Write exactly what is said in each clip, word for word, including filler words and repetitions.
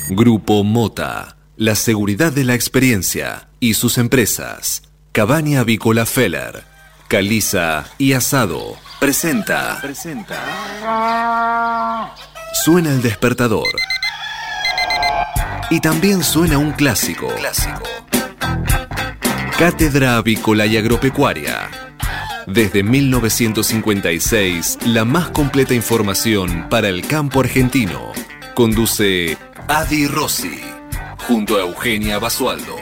Grupo Mota, la seguridad de la experiencia y sus empresas. Cabaña Avícola Feller, Caliza y Asado. Presenta. Presenta. Suena el despertador. Y también suena un clásico. Clásico. Cátedra Avícola y Agropecuaria. Desde mil novecientos cincuenta y seis, la más completa información para el campo argentino. Conduce Adi Rossi, junto a Eugenia Basualdo.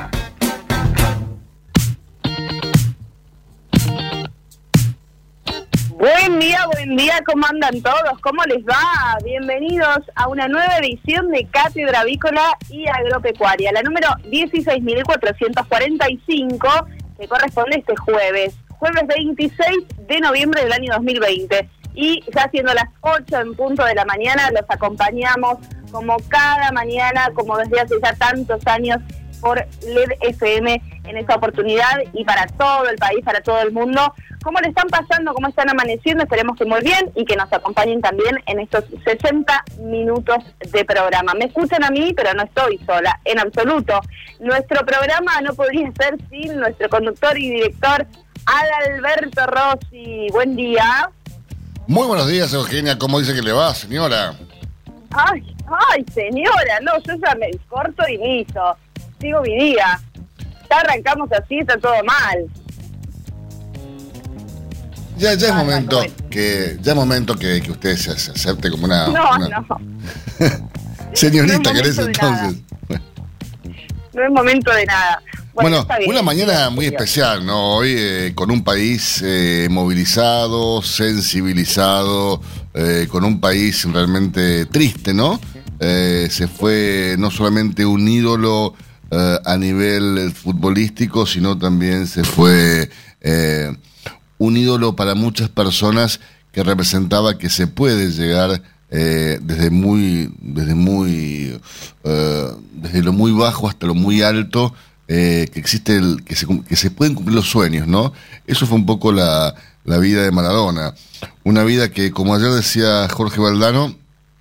Buen día, buen día, ¿cómo andan todos? ¿Cómo les va? Bienvenidos a una nueva edición de Cátedra Avícola y Agropecuaria, la número dieciséis mil cuatrocientos cuarenta y cinco, que corresponde este jueves, jueves veintiséis de noviembre del año dos mil veinte. Y ya siendo las ocho en punto de la mañana, los acompañamos como cada mañana, como desde hace ya tantos años, por L E D F M en esta oportunidad y para todo el país, para todo el mundo. ¿Cómo le están pasando? ¿Cómo están amaneciendo? Esperemos que muy bien y que nos acompañen también en estos sesenta minutos de programa. Me escuchan a mí, pero no estoy sola, en absoluto. Nuestro programa no podría ser sin nuestro conductor y director, Adalberto Rossi. Buen día. Muy buenos días, Eugenia. ¿Cómo dice que le va, señora? Ay, ay, señora, no, yo ya me corto y listo. Sigo mi día. Ya arrancamos así, está todo mal. Ya, ya es Ah, momento no, no, que ya es momento que, que usted se, se acepte como una... No, una... no. Señorita, No es ¿querés momento de entonces? No es momento de nada. Bueno, Bueno, está bien, una mañana muy Dios. especial, ¿no? Hoy eh, con un país eh, movilizado, sensibilizado, eh, con un país realmente triste, ¿no? Eh, se fue no solamente un ídolo eh, a nivel futbolístico, sino también se fue eh, un ídolo para muchas personas que representaba que se puede llegar eh, desde muy, desde muy, eh, desde lo muy bajo hasta lo muy alto. Eh, que existe el, que se, que se pueden cumplir los sueños, ¿no? Eso fue un poco la, la vida de Maradona. Una vida que, como ayer decía Jorge Valdano,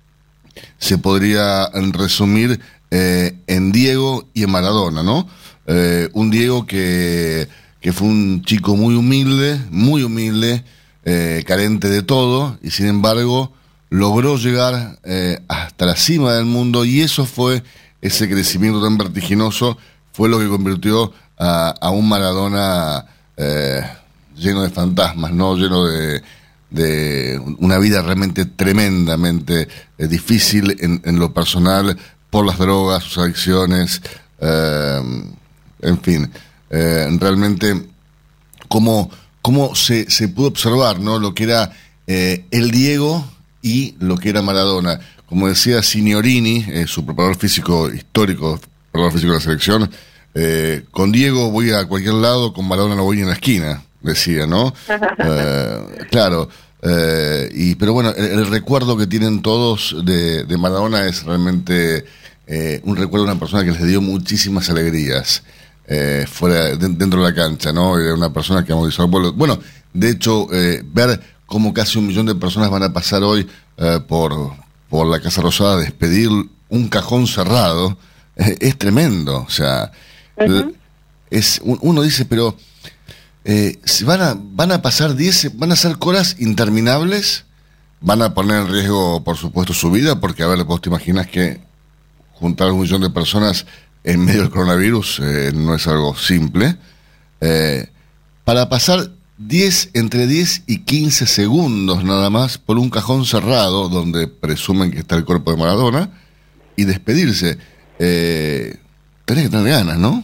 se podría resumir eh, en Diego y en Maradona, ¿no? Eh, un Diego que, que fue un chico muy humilde, muy humilde, eh, carente de todo, y sin embargo logró llegar eh, hasta la cima del mundo, y eso fue ese crecimiento tan vertiginoso. Fue lo que convirtió a, a un Maradona eh, lleno de fantasmas, ¿no? Lleno de, de una vida realmente tremendamente eh, difícil en, en lo personal, por las drogas, sus adicciones, eh, en fin, eh, realmente cómo, cómo se, se pudo observar, ¿no? Lo que era eh, el Diego y lo que era Maradona. Como decía Signorini, eh, su preparador físico histórico, preparador físico de la selección, eh, con Diego voy a cualquier lado, con Maradona no voy ni en la esquina, decía, ¿no? eh, claro, eh, y pero bueno, el, el recuerdo que tienen todos de, de Maradona es realmente eh, un recuerdo de una persona que les dio muchísimas alegrías eh, fuera de, dentro de la cancha, ¿no? Era una persona que movilizó al pueblo. Bueno, de hecho, eh, ver cómo casi un millón de personas van a pasar hoy eh, por, por la Casa Rosada a despedir un cajón cerrado, eh, es tremendo, o sea... Uh-huh. Es, uno dice, pero eh, van a van a pasar diez, van a ser colas interminables, van a poner en riesgo, por supuesto, su vida, porque, a ver, vos te imaginas que juntar un millón de personas en medio del coronavirus eh, no es algo simple. Eh, para pasar diez, entre diez y quince segundos nada más por un cajón cerrado donde presumen que está el cuerpo de Maradona y despedirse. Eh, tenés que tener ganas, ¿no?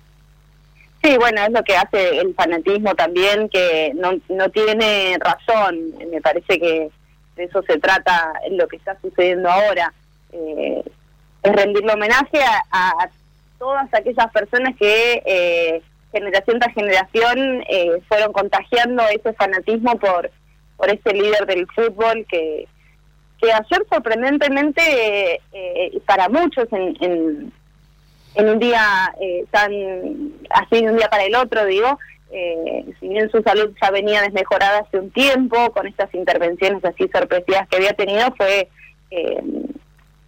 Sí, bueno, es lo que hace el fanatismo también, que no, no tiene razón. Me parece que de eso se trata lo que está sucediendo ahora. Eh, es rendirle homenaje a, a todas aquellas personas que eh, generación tras generación eh, fueron contagiando ese fanatismo por por ese líder del fútbol que que ayer sorprendentemente eh, eh, para muchos en, en en un día eh, tan así de un día para el otro, digo, eh, si bien su salud ya venía desmejorada hace un tiempo, con estas intervenciones así sorpresivas que había tenido, fue eh,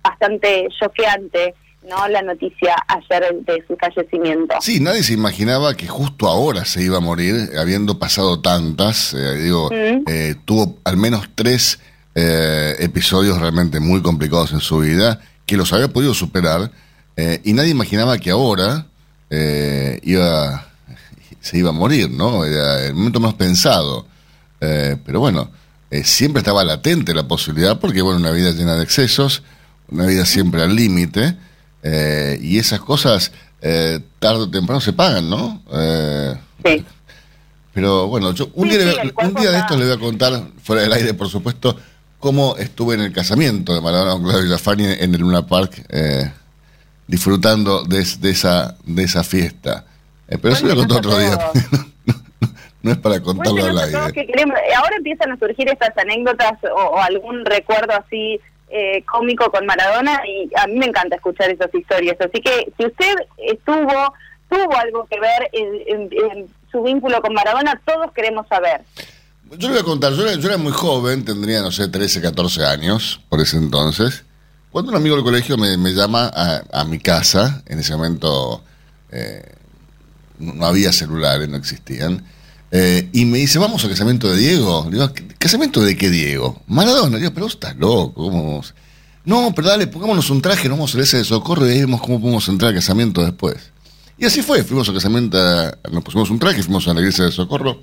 bastante choqueante, ¿no? La noticia ayer de su fallecimiento. Sí, nadie se imaginaba que justo ahora se iba a morir, habiendo pasado tantas. Eh, digo, mm. eh, tuvo al menos tres eh, episodios realmente muy complicados en su vida, que los había podido superar, eh, y nadie imaginaba que ahora eh, iba se iba a morir, ¿no? Era el momento más pensado. Eh, pero bueno, eh, siempre estaba latente la posibilidad, porque bueno, una vida llena de excesos, una vida siempre al límite. Eh, y esas cosas eh, tarde o temprano se pagan, ¿no? Eh, sí. Pero bueno, yo un, sí, día, sí, un día de estos le voy a contar, fuera del aire por supuesto, cómo estuve en el casamiento de Maradona con Claudio Villafañe en el Luna Park, eh, disfrutando de, de, esa, de esa fiesta. Eh, pero eso lo voy a contar otro día. no, no, no es para contarlo al aire. Que queremos, ahora empiezan a surgir estas anécdotas o, o algún recuerdo así Eh, cómico con Maradona, y a mí me encanta escuchar esas historias, así que si usted estuvo, tuvo algo que ver en, en, en su vínculo con Maradona, todos queremos saber. Yo le voy a contar, yo era, yo era muy joven, tendría, no sé, trece, catorce años, por ese entonces, cuando un amigo del colegio me, me llama a, a mi casa. En ese momento eh, no había celulares, no existían, Eh, y me dice, vamos al casamiento de Diego. Le digo, ¿casamiento de qué Diego? Maradona. Le digo, pero vos estás loco, ¿cómo vamos? No, pero dale, pongámonos un traje, nos vamos a la iglesia de Socorro y ahí vemos cómo podemos entrar al casamiento después. Y así fue, fuimos al casamiento, nos pusimos un traje, fuimos a la iglesia de Socorro,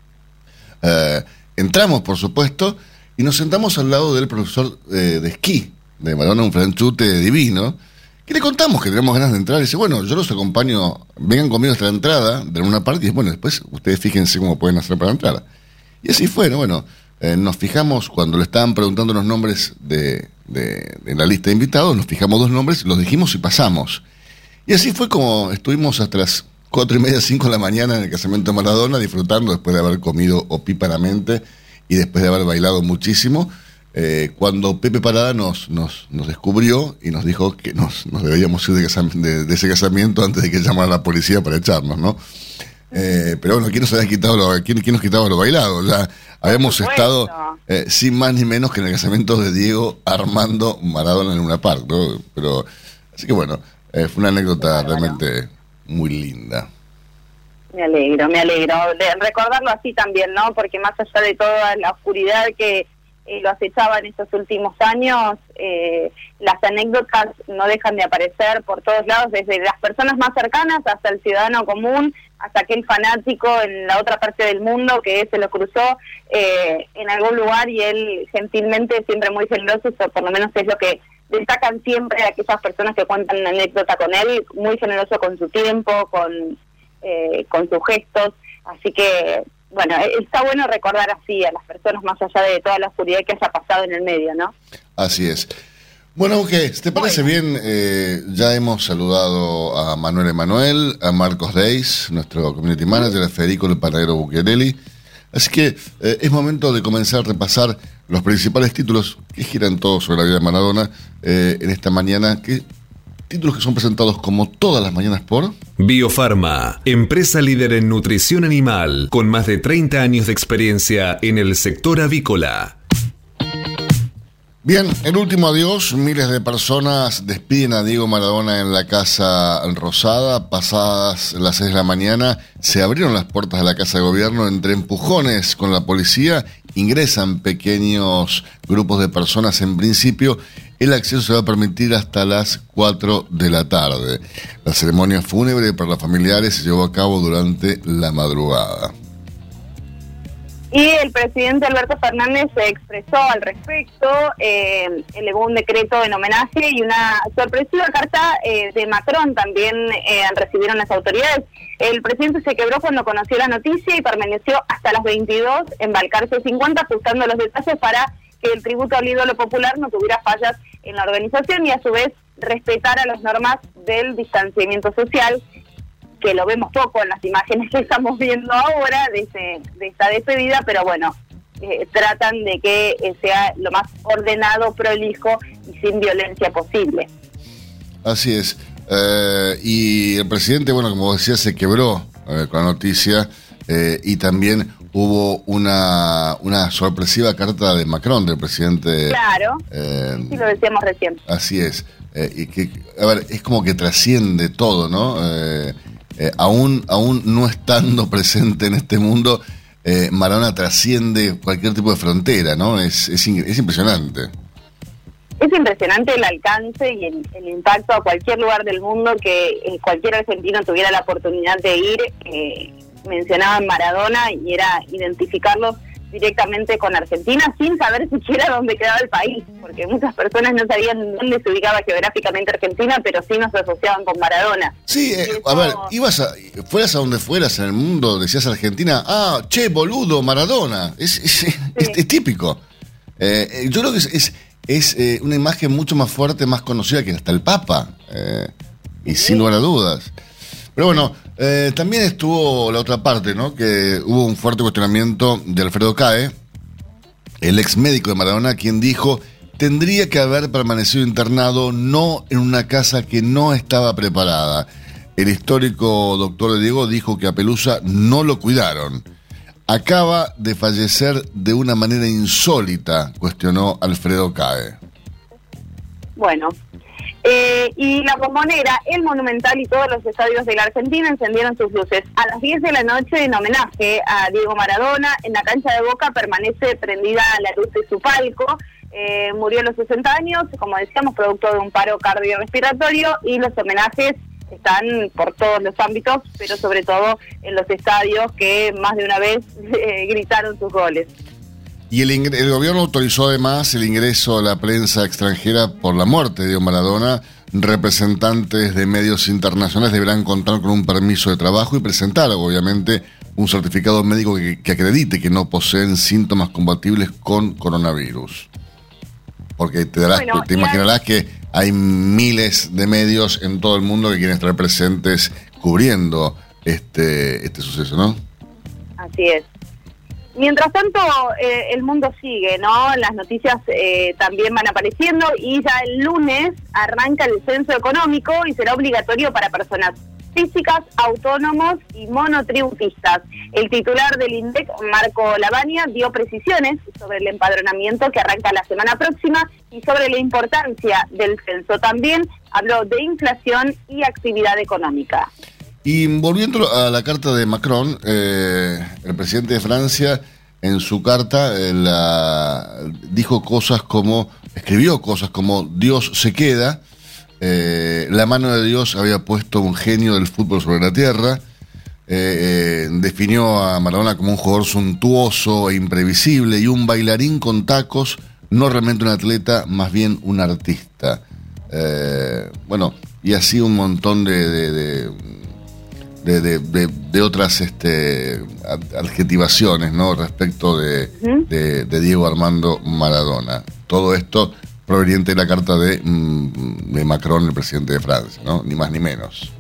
eh, entramos por supuesto, y nos sentamos al lado del profesor eh, de esquí, de Maradona, un franchute divino, que le contamos que tenemos ganas de entrar, y dice, bueno, yo los acompaño, vengan conmigo hasta la entrada de una parte, y dice, bueno, después ustedes fíjense cómo pueden hacer para entrar. Y así fue, ¿no? Bueno, eh, nos fijamos, cuando le estaban preguntando los nombres de, de, de la lista de invitados, nos fijamos dos nombres, los dijimos y pasamos. Y así fue como estuvimos hasta las cuatro y media, cinco de la mañana en el casamiento de Maradona, disfrutando después de haber comido opíparamente y después de haber bailado muchísimo. Eh, cuando Pepe Parada nos, nos, nos descubrió y nos dijo que nos, nos deberíamos ir de, casam- de, de ese casamiento antes de que llamara a la policía para echarnos, ¿no? Eh, pero bueno, ¿quién nos había quitado lo, quién, quién nos quitaba lo bailado? Ya habíamos estado eh, sin más ni menos que en el casamiento de Diego Armando Maradona en Luna Park, ¿no? Pero, así que bueno, eh, fue una anécdota realmente muy linda. Me alegro, me alegro de recordarlo así también, ¿no? Porque más allá de toda la oscuridad que Eh, lo acechaba en estos últimos años, eh, las anécdotas no dejan de aparecer por todos lados, desde las personas más cercanas hasta el ciudadano común, hasta aquel fanático en la otra parte del mundo que se lo cruzó eh, en algún lugar y él gentilmente, siempre muy generoso, o por lo menos es lo que destacan siempre aquellas personas que cuentan una anécdota con él, muy generoso con su tiempo, con, eh, con sus gestos, así que bueno, está bueno recordar así a las personas más allá de toda la oscuridad que haya pasado en el medio, ¿no? Así es. Bueno, ¿qué? ¿Te parece bueno. bien? Eh, ya hemos saludado a Manuel Emanuel, a Marcos Deis, nuestro community manager, a Federico El Panadero Bucchiarelli. Así que eh, es momento de comenzar a repasar los principales títulos que giran todos sobre la vida de Maradona eh, en esta mañana, que títulos que son presentados como todas las mañanas por Biofarma, empresa líder en nutrición animal, con más de treinta años de experiencia en el sector avícola. Bien, el último adiós. Miles de personas despiden a Diego Maradona en la Casa Rosada. Pasadas las seis de la mañana se abrieron las puertas de la Casa de Gobierno entre empujones con la policía. Ingresan pequeños grupos de personas en principio. El acceso se va a permitir hasta las cuatro de la tarde. La ceremonia fúnebre para los familiares se llevó a cabo durante la madrugada. Y el presidente Alberto Fernández se expresó al respecto, eh, elevó un decreto en homenaje y una sorpresiva carta eh, de Macron también eh, recibieron las autoridades. El presidente se quebró cuando conoció la noticia y permaneció hasta las veintidós en Balcarce cincuenta ajustando los detalles para que el tributo al ídolo popular no tuviera fallas en la organización y a su vez respetara las normas del distanciamiento social, que lo vemos poco en las imágenes que estamos viendo ahora de, ese, de esta despedida, pero bueno, eh, tratan de que eh, sea lo más ordenado, prolijo y sin violencia posible. Así es. Eh, y el presidente, bueno, como decía, se quebró eh, con la noticia eh, y también hubo una, una sorpresiva carta de Macron, del presidente. Claro, eh, sí lo decíamos recién. Así es. Eh, y que, a ver, es como que trasciende todo, ¿no? Eh, eh, aún, aún no estando presente en este mundo, eh, Maradona trasciende cualquier tipo de frontera, ¿no? Es, es, es impresionante. Es impresionante el alcance y el, el impacto a cualquier lugar del mundo que eh, cualquier argentino tuviera la oportunidad de ir. Eh, mencionaban Maradona y era identificarlos directamente con Argentina sin saber siquiera dónde quedaba el país, porque muchas personas no sabían dónde se ubicaba geográficamente Argentina, pero sí nos asociaban con Maradona. Sí, eh, eso... a ver, ibas a, fueras a donde fueras en el mundo, decías Argentina, ah, che, boludo, Maradona, es, es, sí. es, es típico. Eh, yo creo que es, es, es eh, una imagen mucho más fuerte, más conocida que hasta el Papa, eh, y sí. sin lugar a dudas. Pero bueno, eh, también estuvo la otra parte, ¿no? Que hubo un fuerte cuestionamiento de Alfredo Cae, el ex médico de Maradona, quien dijo, tendría que haber permanecido internado no en una casa que no estaba preparada. El histórico doctor Diego dijo que a Pelusa no lo cuidaron. Acaba de fallecer de una manera insólita, cuestionó Alfredo Cae. Bueno... Eh, y la Bombonera, el Monumental y todos los estadios de la Argentina encendieron sus luces. A las diez de la noche, en homenaje a Diego Maradona, en la cancha de Boca permanece prendida la luz de su palco. Eh, murió a los sesenta años, como decíamos, producto de un paro cardiorrespiratorio, y los homenajes están por todos los ámbitos, pero sobre todo en los estadios que más de una vez eh, gritaron sus goles. Y el, el gobierno autorizó además el ingreso a la prensa extranjera por la muerte de Diego Maradona. Representantes de medios internacionales deberán contar con un permiso de trabajo y presentar, obviamente, un certificado médico que, que acredite que no poseen síntomas compatibles con coronavirus. Porque te, darás, bueno, te imaginarás que hay miles de medios en todo el mundo que quieren estar presentes cubriendo este, este suceso, ¿no? Así es. Mientras tanto, eh, el mundo sigue, ¿no? Las noticias eh, también van apareciendo y ya el lunes arranca el censo económico y será obligatorio para personas físicas, autónomos y monotributistas. El titular del INDEC, Marco Lavagna, dio precisiones sobre el empadronamiento que arranca la semana próxima y sobre la importancia del censo. También habló de inflación y actividad económica. Y volviendo a la carta de Macron, eh, el presidente de Francia, en su carta, eh, la, dijo cosas como, escribió cosas como, Dios se queda, eh, la mano de Dios había puesto un genio del fútbol sobre la tierra, eh, eh, definió a Maradona como un jugador suntuoso e imprevisible y un bailarín con tacos, no realmente un atleta, más bien un artista. Eh, bueno, y así un montón de... de, de De, de, de, de otras este, adjetivaciones, ¿no? Respecto de, ¿Mm? de, de Diego Armando Maradona. Todo esto proveniente de la carta de, de Macron, el presidente de Francia, ¿no? Ni más ni menos.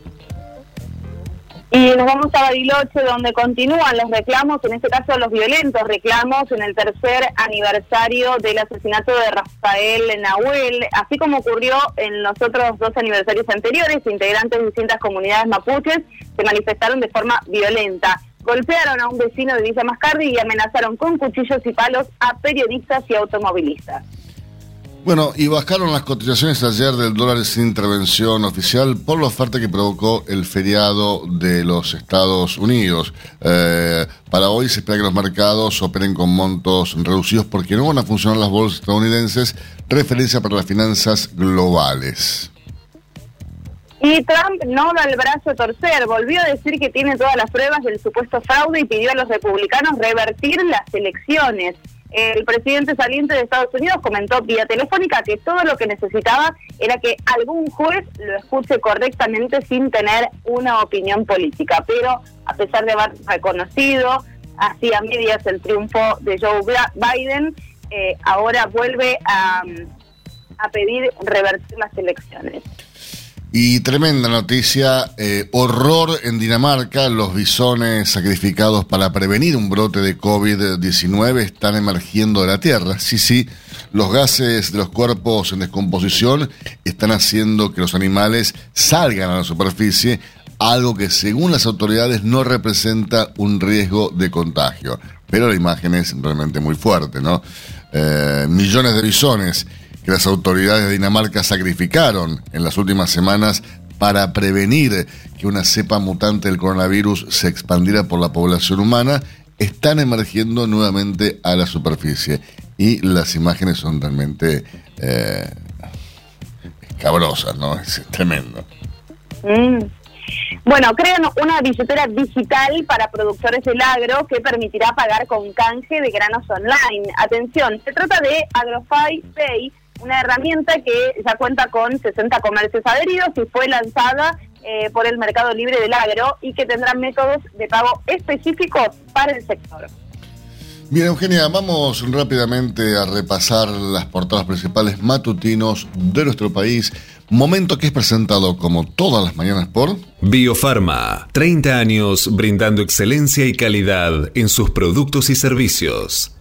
Y nos vamos a Bariloche, donde continúan los reclamos, en este caso los violentos reclamos, en el tercer aniversario del asesinato de Rafael Nahuel, así como ocurrió en los otros dos aniversarios anteriores. Integrantes de distintas comunidades mapuches se manifestaron de forma violenta. Golpearon a un vecino de Villa Mascardi y amenazaron con cuchillos y palos a periodistas y automovilistas. Bueno, y bajaron las cotizaciones ayer del dólar sin intervención oficial por la oferta que provocó el feriado de los Estados Unidos. Eh, para hoy se espera que los mercados operen con montos reducidos porque no van a funcionar las bolsas estadounidenses, referencia para las finanzas globales. Y Trump no da el brazo a torcer, volvió a decir que tiene todas las pruebas del supuesto fraude y pidió a los republicanos revertir las elecciones. El presidente saliente de Estados Unidos comentó vía telefónica que todo lo que necesitaba era que algún juez lo escuche correctamente sin tener una opinión política. Pero a pesar de haber reconocido hacía medias el triunfo de Joe Biden, eh, ahora vuelve a, a pedir revertir las elecciones. Y tremenda noticia, eh, horror en Dinamarca, los bisones sacrificados para prevenir un brote de COVID diecinueve están emergiendo de la tierra. Sí, sí, los gases de los cuerpos en descomposición están haciendo que los animales salgan a la superficie, algo que según las autoridades no representa un riesgo de contagio. pero la imagen es realmente muy fuerte, ¿no? Eh, millones de bisones que las autoridades de Dinamarca sacrificaron en las últimas semanas para prevenir que una cepa mutante del coronavirus se expandiera por la población humana, están emergiendo nuevamente a la superficie. Y las imágenes son realmente eh, escabrosas, ¿no? Es tremendo. Mm. Bueno, crean una billetera digital para productores del agro que permitirá pagar con canje de granos online. Atención, se trata de AgroFi Pay, una herramienta que ya cuenta con sesenta comercios adheridos y fue lanzada eh, por el Mercado Libre del Agro y que tendrá métodos de pago específicos para el sector. Bien, Eugenia, vamos rápidamente a repasar las portadas principales matutinos de nuestro país. Momento que es presentado como todas las mañanas por Biofarma, treinta años brindando excelencia y calidad en sus productos y servicios.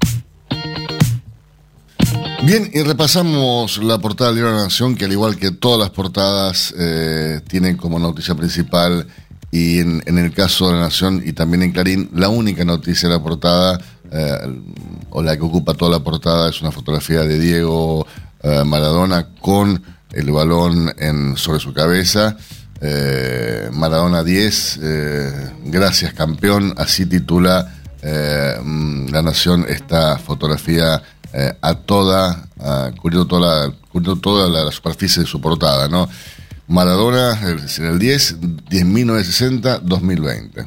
Bien, y repasamos la portada de La Nación, que al igual que todas las portadas eh, tienen como noticia principal, y en, en el caso de La Nación y también en Clarín, la única noticia de la portada, eh, o la que ocupa toda la portada, es una fotografía de Diego eh, Maradona con el balón en, sobre su cabeza. eh, Maradona diez, eh, gracias campeón, así titula eh, La Nación esta fotografía eh, a toda, a, cubriendo toda, la, cubriendo toda la, la superficie de su portada, ¿no? Maradona en el diez, mil novecientos sesenta a dos mil veinte.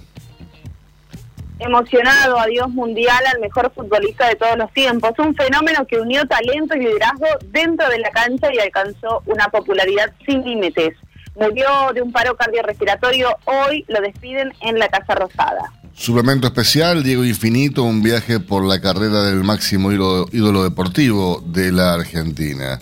Emocionado, adiós mundial al mejor futbolista de todos los tiempos. Un fenómeno que unió talento y liderazgo dentro de la cancha y alcanzó una popularidad sin límites. Murió de un paro cardiorrespiratorio, hoy lo despiden en la Casa Rosada. Suplemento especial, Diego Infinito, un viaje por la carrera del máximo ídolo, ídolo deportivo de la Argentina.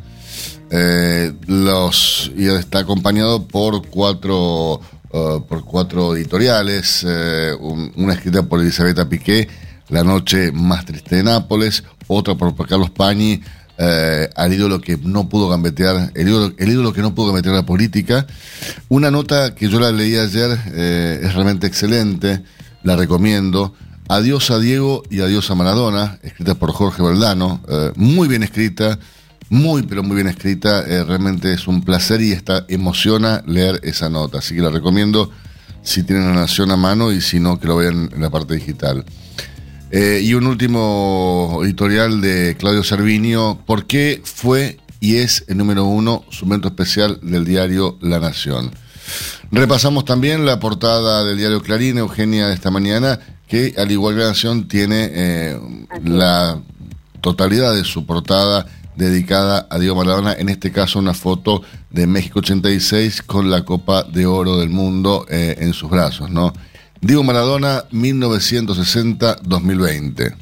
Eh, los y está acompañado por cuatro uh, por cuatro editoriales, eh, un, una escrita por Elisabetta Piqué, La noche más triste de Nápoles, otra por Carlos Pañi, eh, al ídolo que no pudo gambetear, el ídolo, el ídolo que no pudo gambetear la política. Una nota que yo la leí ayer, eh, es realmente excelente, la recomiendo. Adiós a Diego y adiós a Maradona, escrita por Jorge Valdano, eh, muy bien escrita. Muy, pero muy bien escrita, eh, realmente es un placer y está, emociona leer esa nota, así que la recomiendo si tienen La Nación a mano y si no, que lo vean en la parte digital. Eh, y un último editorial de Claudio Cervinio, ¿por qué fue y es el número uno, suplemento especial del diario La Nación? Repasamos también la portada del diario Clarín, Eugenia, de esta mañana, que al igual que La Nación tiene eh, la totalidad de su portada dedicada a Diego Maradona, en este caso una foto de México ochenta y seis con la Copa de Oro del Mundo eh, en sus brazos, ¿no? Diego Maradona, mil novecientos sesenta a dos mil veinte.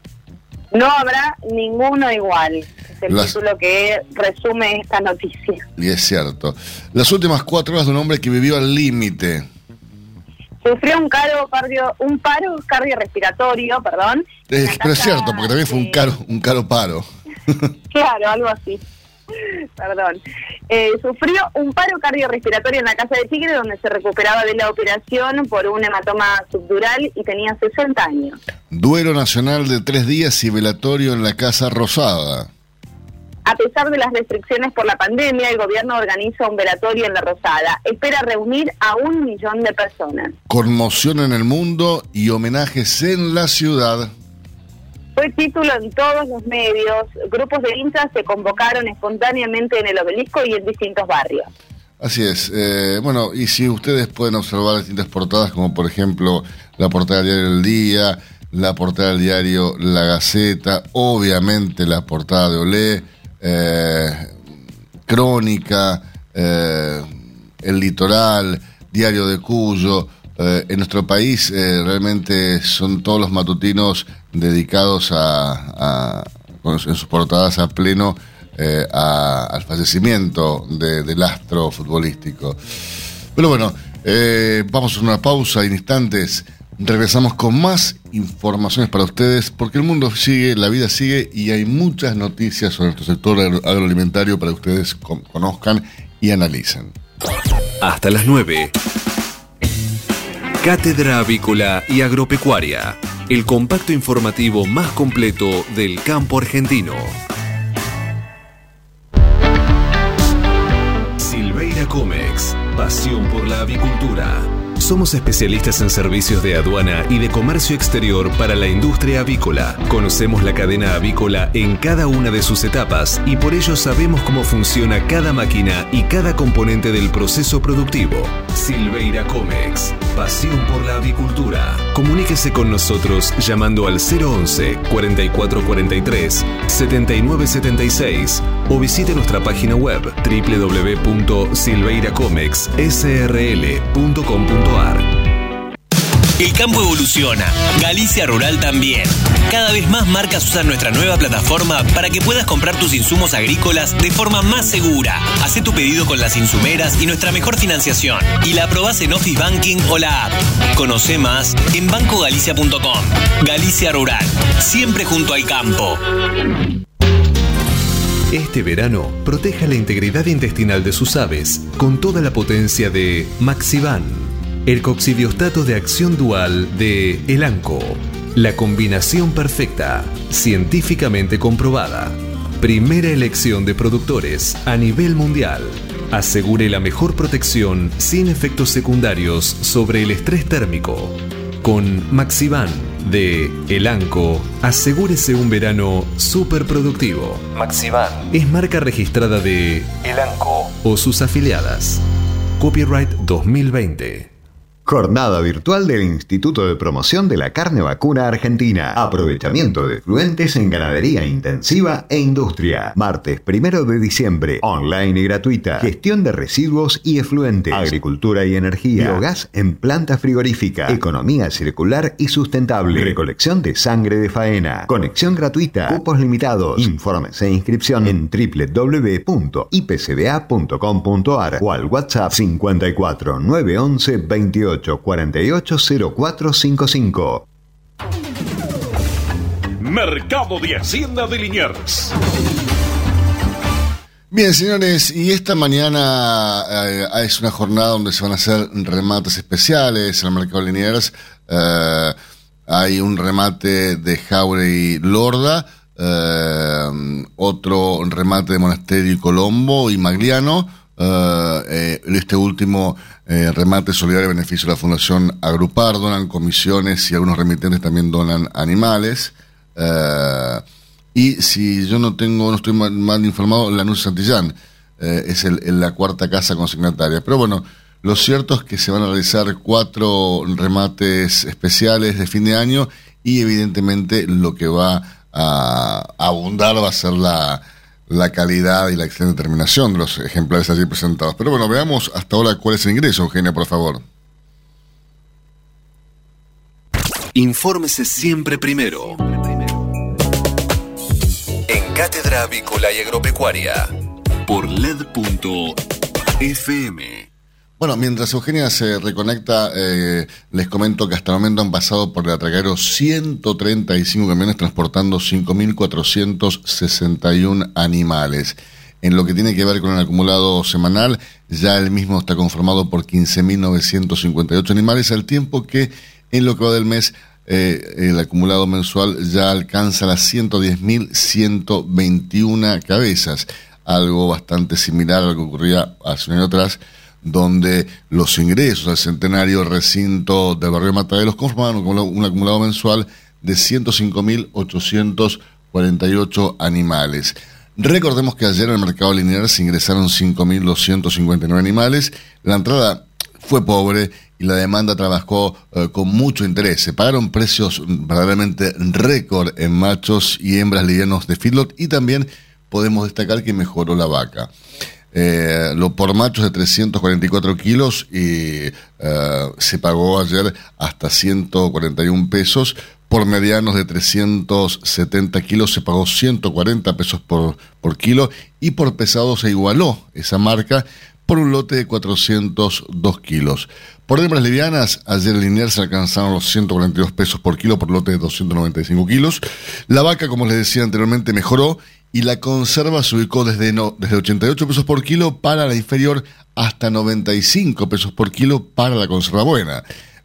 No habrá ninguno igual, es el Las... título que resume esta noticia. Y es cierto. Las últimas cuatro horas de un hombre que vivió al límite. Sufrió un, caro cardio, un paro cardiorrespiratorio, perdón. Eh, pero es cierto, porque también fue un caro, un caro paro. Claro, algo así. Perdón. Eh, sufrió un paro cardiorrespiratorio en la casa de Tigre, donde se recuperaba de la operación por un hematoma subdural y tenía sesenta años. Duelo nacional de tres días y velatorio en la Casa Rosada. A pesar de las restricciones por la pandemia, el gobierno organiza un velatorio en la Rosada. Espera reunir a un millón de personas. Conmoción en el mundo y homenajes en la ciudad. Fue título en todos los medios. Grupos de hinchas se convocaron espontáneamente en el Obelisco y en distintos barrios. Así es. Eh, bueno, y si ustedes pueden observar distintas portadas, como por ejemplo la portada del diario El Día, la portada del diario La Gaceta, obviamente la portada de Olé, eh, Crónica, eh, El Litoral, Diario de Cuyo. Eh, en nuestro país eh, realmente son todos los matutinos dedicados a, a en sus portadas a pleno eh, a, al fallecimiento de, del astro futbolístico. Pero bueno, eh, vamos a una pausa en instantes. Regresamos con más informaciones para ustedes, porque el mundo sigue, la vida sigue y hay muchas noticias sobre nuestro sector agro- agroalimentario para que ustedes con- conozcan y analicen. Hasta las nueve. Cátedra Avícola y Agropecuaria, el compacto informativo más completo del campo argentino. Silveira Comex, pasión por la avicultura. Somos especialistas en servicios de aduana y de comercio exterior para la industria avícola. Conocemos la cadena avícola en cada una de sus etapas y por ello sabemos cómo funciona cada máquina y cada componente del proceso productivo. Silveira Comex, pasión por la avicultura. Comuníquese con nosotros llamando al cero once, cuarenta y cuatro cuarenta y tres, setenta y nueve setenta y seis o visite nuestra página web doble u doble u doble u punto silveira comex s r l punto com punto a r. El campo evoluciona, Galicia Rural también. Cada vez más marcas usan nuestra nueva plataforma para que puedas comprar tus insumos agrícolas de forma más segura. Hacé tu pedido con las insumeras y nuestra mejor financiación. Y la aprobás en Office Banking o la app. Conoce más en banco galicia punto com. Galicia Rural, siempre junto al campo. Este verano, proteja la integridad intestinal de sus aves con toda la potencia de Maxivan, el coccidiostato de acción dual de Elanco. La combinación perfecta, científicamente comprobada. Primera elección de productores a nivel mundial. Asegure la mejor protección sin efectos secundarios sobre el estrés térmico. Con Maxivan de Elanco, asegúrese un verano súper productivo. Maxivan es marca registrada de Elanco o sus afiliadas. Copyright dos mil veinte. Jornada virtual del Instituto de Promoción de la Carne Vacuna Argentina. Aprovechamiento de efluentes en ganadería intensiva e industria. Martes primero de diciembre. Online y gratuita. Gestión de residuos y efluentes. Agricultura y energía. Biogás en planta frigorífica. Economía circular y sustentable. Recolección de sangre de faena. Conexión gratuita. Cupos limitados. Informes e inscripción en doble u doble u doble u punto i p c b a punto com punto a r o al WhatsApp cincuenta y cuatro, nueve once, veintiocho cuarenta y ocho cero cuatro cincuenta y cinco. Mercado de Hacienda de Liniers. Bien, señores, y esta mañana eh, es una jornada donde se van a hacer remates especiales en el Mercado de Liniers. Eh, hay un remate de Jauregui Lorda, eh, otro remate de Monasterio y Colombo y Magliano. Uh, eh, este último eh, remate solidario a beneficio de la Fundación Agrupar. Donan comisiones y algunos remitentes también donan animales. Uh, y si yo no tengo, no estoy mal, mal informado, Lanús Santillán eh, es el, el, la cuarta casa consignataria. Pero bueno, lo cierto es que se van a realizar cuatro remates especiales de fin de año y evidentemente lo que va a, a abundar va a ser la la calidad y la excelente terminación de los ejemplares allí presentados. Pero bueno, veamos hasta ahora cuál es el ingreso, Eugenia, por favor. Infórmese siempre primero. En Cátedra Avícola y Agropecuaria, por L E D punto f m. Bueno, mientras Eugenia se reconecta, eh, les comento que hasta el momento han pasado por el atracadero ciento treinta y cinco camiones transportando cinco mil cuatrocientos sesenta y uno animales. En lo que tiene que ver con el acumulado semanal, ya el mismo está conformado por quince mil novecientos cincuenta y ocho animales, al tiempo que en lo que va del mes, eh, el acumulado mensual ya alcanza las ciento diez mil ciento veintiuno cabezas, algo bastante similar a lo que ocurría hace un año atrás, donde los ingresos al centenario recinto del barrio Mataderos conformaban un acumulado mensual de ciento cinco mil ochocientos cuarenta y ocho animales. Recordemos que ayer en el mercado lineal se ingresaron cinco mil doscientos cincuenta y nueve animales, la entrada fue pobre y la demanda trabajó eh, con mucho interés. Se pagaron precios verdaderamente récord en machos y hembras livianos de feedlot y también podemos destacar que mejoró la vaca. Eh, lo por machos de trescientos cuarenta y cuatro kilos y eh, se pagó ayer hasta ciento cuarenta y uno pesos. Por medianos de trescientos setenta kilos se pagó ciento cuarenta pesos por, por kilo y por pesados se igualó esa marca por un lote de cuatrocientos dos kilos. Por hembras livianas, ayer en Liniers se alcanzaron los ciento cuarenta y dos pesos por kilo por lote de doscientos noventa y cinco kilos. La vaca, como les decía anteriormente, mejoró y la conserva se ubicó desde, no, desde ochenta y ocho pesos por kilo para la inferior hasta noventa y cinco pesos por kilo para la conserva buena.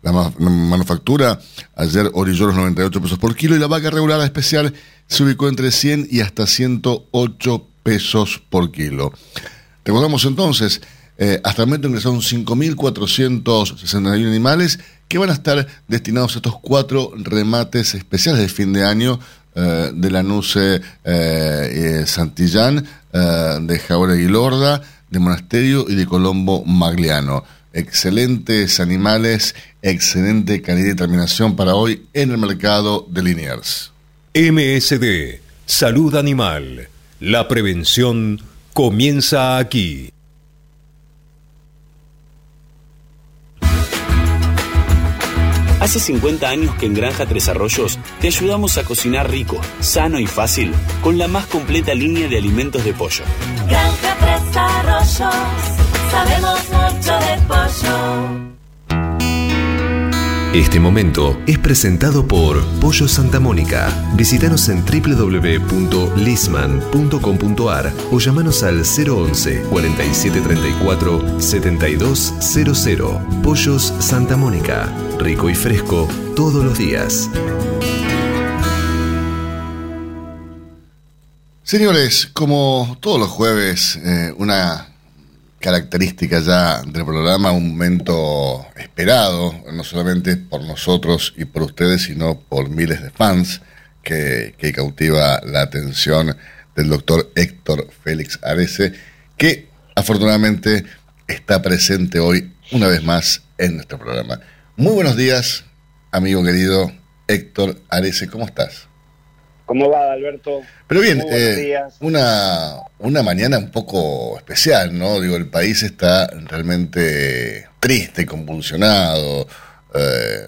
la, ma- la manufactura ayer orilló los noventa y ocho pesos por kilo y la vaca regular a especial se ubicó entre cien y hasta ciento ocho pesos por kilo. Recordamos entonces, eh, hasta el momento ingresaron cinco mil cuatrocientos sesenta y uno animales que van a estar destinados a estos cuatro remates especiales de fin de año eh, de Lanuse, eh, eh, Santillán, eh, de Jauregui Lorda, de Monasterio y de Colombo Magliano. Excelentes animales, excelente calidad y terminación para hoy en el mercado de Liniers. M S D, Salud Animal. La prevención comienza aquí. Hace cincuenta años que en Granja Tres Arroyos te ayudamos a cocinar rico, sano y fácil con la más completa línea de alimentos de pollo. Granja Tres Arroyos, sabemos mucho de pollo. Este momento es presentado por Pollo Santa Mónica. Visítanos en doble u doble u doble u punto lisman punto com punto a r o llamanos al cero once, cuarenta y siete treinta y cuatro, setenta y dos cero cero. Pollos Santa Mónica. Rico y fresco todos los días. Señores, como todos los jueves, eh, una característica ya del programa, un momento esperado, no solamente por nosotros y por ustedes, sino por miles de fans, que, que cautiva la atención del doctor Héctor Félix Arese, que afortunadamente está presente hoy una vez más en nuestro programa. Muy buenos días, amigo querido Héctor Arese, ¿cómo estás? ¿Cómo va, Alberto? Pero bien, Muy buenos eh, días. una, una mañana un poco especial, ¿no? Digo, el país está realmente triste, convulsionado. Eh,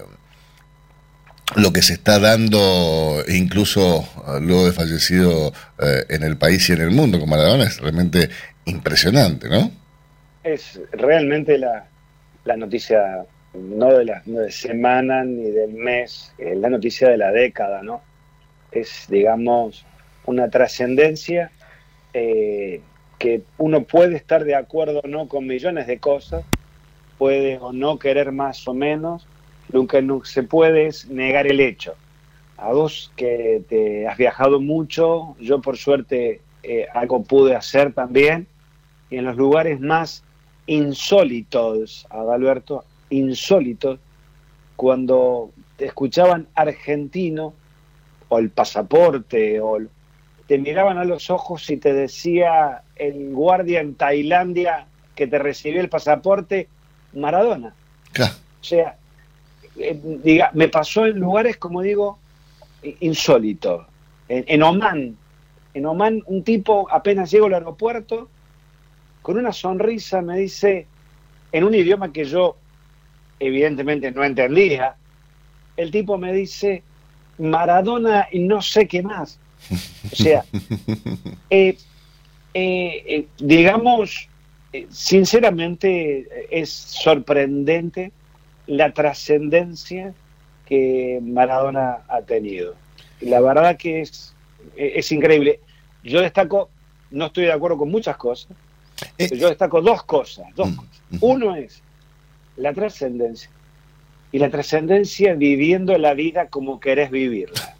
lo que se está dando, incluso luego de fallecido eh, en el país y en el mundo con Maradona, es realmente impresionante, ¿no? Es realmente la, la noticia, no de la no de semana ni del mes, es la noticia de la década, ¿no? Es, digamos, una trascendencia eh, que uno puede estar de acuerdo o no con millones de cosas, puede o no querer más o menos, lo que no se puede es negar el hecho. A vos que te has viajado mucho, yo por suerte eh, algo pude hacer también, y en los lugares más insólitos, Adalberto, insólitos, cuando te escuchaban argentino, o el pasaporte, o te miraban a los ojos y te decía el guardia en Tailandia que te recibió el pasaporte, Maradona. Claro. O sea, eh, diga, me pasó en lugares, como digo, insólitos. En, en Omán, en Omán un tipo apenas llego al aeropuerto, con una sonrisa me dice, en un idioma que yo evidentemente no entendía, el tipo me dice, Maradona y no sé qué más. O sea, eh, eh, eh, digamos, eh, sinceramente es sorprendente la trascendencia que Maradona ha tenido. La verdad que es, es increíble. Yo destaco, no estoy de acuerdo con muchas cosas, Eh, pero yo destaco dos cosas, dos mm, cosas. mm. Uno es la trascendencia. Y la trascendencia viviendo la vida como querés vivirla.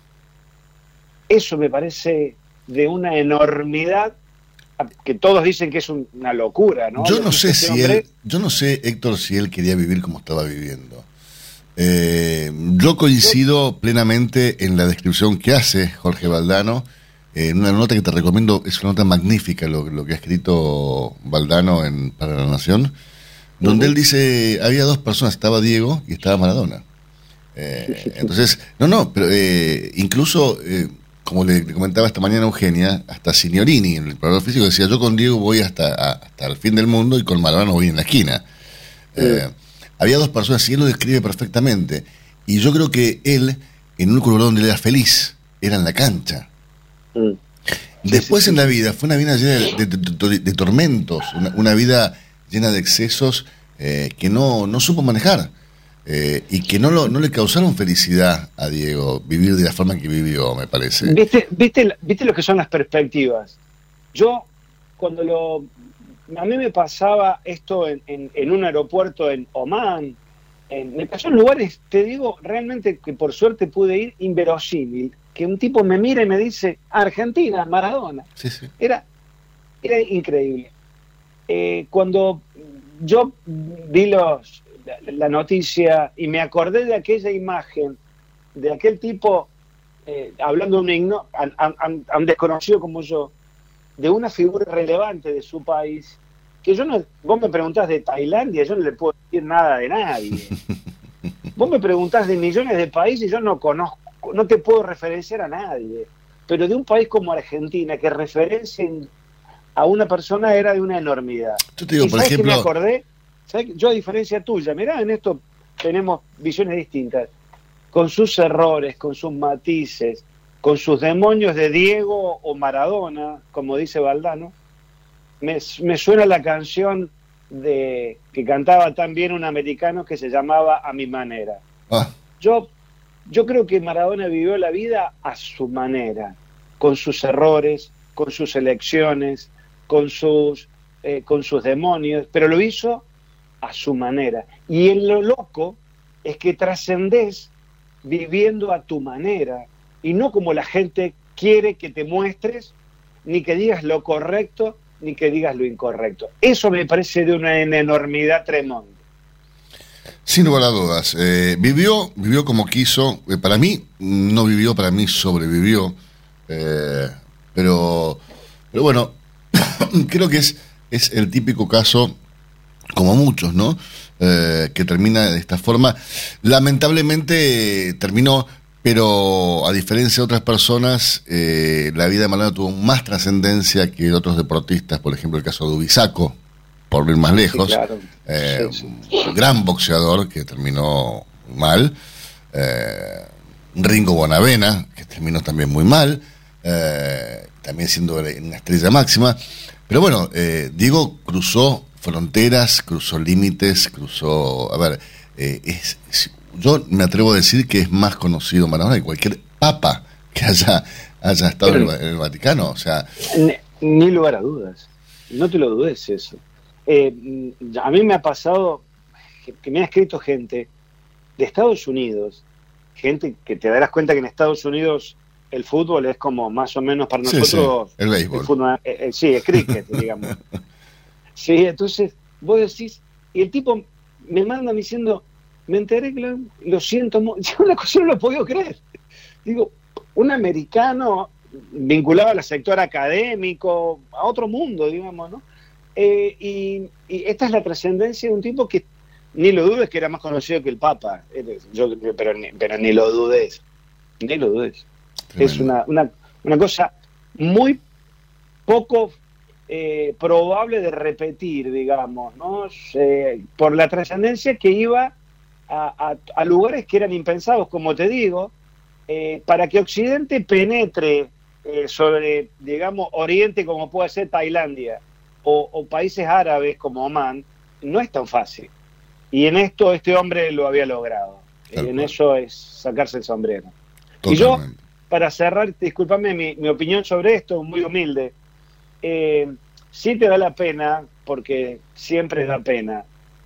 Eso me parece de una enormidad que todos dicen que es un, una locura, ¿no? Yo no sé Este si hombre, él, yo no sé, Héctor, si él quería vivir como estaba viviendo. Eh, yo coincido plenamente en la descripción que hace Jorge Valdano, eh, en una nota que te recomiendo, es una nota magnífica lo, lo que ha escrito Valdano en, para La Nación, donde uh-huh. él dice, había dos personas, estaba Diego y estaba Maradona. Eh, entonces, no, no, pero eh, incluso, eh, como le, le comentaba esta mañana Eugenia, hasta Signorini, en el programa físico, decía, yo con Diego voy hasta, a, hasta el fin del mundo y con Maradona voy en la esquina. Eh, uh-huh. Había dos personas y él lo describe perfectamente. Y yo creo que él, en un club donde él era feliz, era en la cancha. Uh-huh. Después sí, sí, sí. en la vida, fue una vida llena de, de, de, de tormentos, una, una vida llena de excesos eh, que no, no supo manejar eh, y que no, lo, no le causaron felicidad a Diego vivir de la forma que vivió, me parece. ¿Viste, viste, viste lo que son las perspectivas? Yo, cuando lo... A mí me pasaba esto en, en, en un aeropuerto en Omán, eh, me pasó en lugares, te digo, realmente que por suerte pude ir, inverosímil, que un tipo me mira y me dice, Argentina, Maradona. Sí, sí. Era, era increíble. Eh, cuando yo vi los, la, la noticia y me acordé de aquella imagen, de aquel tipo eh, hablando de un, igno, a, a, a un desconocido como yo, de una figura relevante de su país, que yo no, vos me preguntás de Tailandia, yo no le puedo decir nada de nadie. Vos me preguntás de millones de países, yo no conozco, no te puedo referenciar a nadie. Pero de un país como Argentina, que referencien a una persona era de una enormidad. Yo te digo, ¿Y por sabes ejemplo... que me acordé? ¿Sabes? Yo, a diferencia tuya, mirá, en esto tenemos visiones distintas. Con sus errores, con sus matices, con sus demonios de Diego o Maradona, como dice Valdano, me, me suena la canción de que cantaba también un americano que se llamaba A mi manera. Ah. Yo, yo creo que Maradona vivió la vida a su manera, con sus errores, con sus elecciones, con sus, eh, con sus demonios, pero lo hizo a su manera. Y en lo loco es que trascendés viviendo a tu manera, y no como la gente quiere que te muestres, ni que digas lo correcto, ni que digas lo incorrecto. Eso me parece de una enormidad tremenda. Sin lugar a dudas. Eh, vivió, vivió como quiso. Eh, para mí, no vivió, para mí sobrevivió. Eh, pero, pero bueno, creo que es, es el típico caso, como muchos, ¿no? Eh, que termina de esta forma. Lamentablemente eh, terminó, pero a diferencia de otras personas, eh, la vida de Maradona tuvo más trascendencia que otros deportistas, por ejemplo el caso de Ubisaco, por ir más lejos, Sí, claro. eh, Sí, sí. un gran boxeador que terminó mal, eh, Ringo Bonavena, que terminó también muy mal, eh, también siendo una estrella máxima, pero bueno, eh, Diego cruzó fronteras, cruzó límites, cruzó, a ver, eh, es, es, yo me atrevo a decir que es más conocido Maradona que cualquier papa que haya, haya estado en el, en el Vaticano, o sea... Ni, ni lugar a dudas, no te lo dudes eso. Eh, a mí me ha pasado que, que me ha escrito gente de Estados Unidos, gente que te darás cuenta que en Estados Unidos el fútbol es como más o menos para Sí, nosotros... sí, el béisbol. El fútbol, eh, eh, sí, es cricket, digamos. Sí, entonces vos decís, y el tipo me manda diciendo, me enteré que lo, lo siento, yo una cosa no lo puedo creer. Digo, un americano vinculado al sector académico, a otro mundo, digamos, ¿no? Eh, y, y esta es la trascendencia de un tipo que, ni lo dudes, que era más conocido que el Papa, yo, pero, ni, pero ni lo dudes, ni lo dudes. Tremendo. Es una, una, una cosa muy poco... Eh, probable de repetir, digamos, ¿no? Eh, por la trascendencia que iba a, a, a lugares que eran impensados, como te digo, eh, para que Occidente penetre eh, sobre, digamos, Oriente, como puede ser Tailandia, o, o países árabes como Omán, no es tan fácil. Y en esto este hombre lo había logrado. Claro, en claro. Eso es sacarse el sombrero. Totalmente. Y yo, para cerrar, discúlpame mi, mi opinión sobre esto, muy humilde. Eh, sí te da la pena, porque siempre da pena,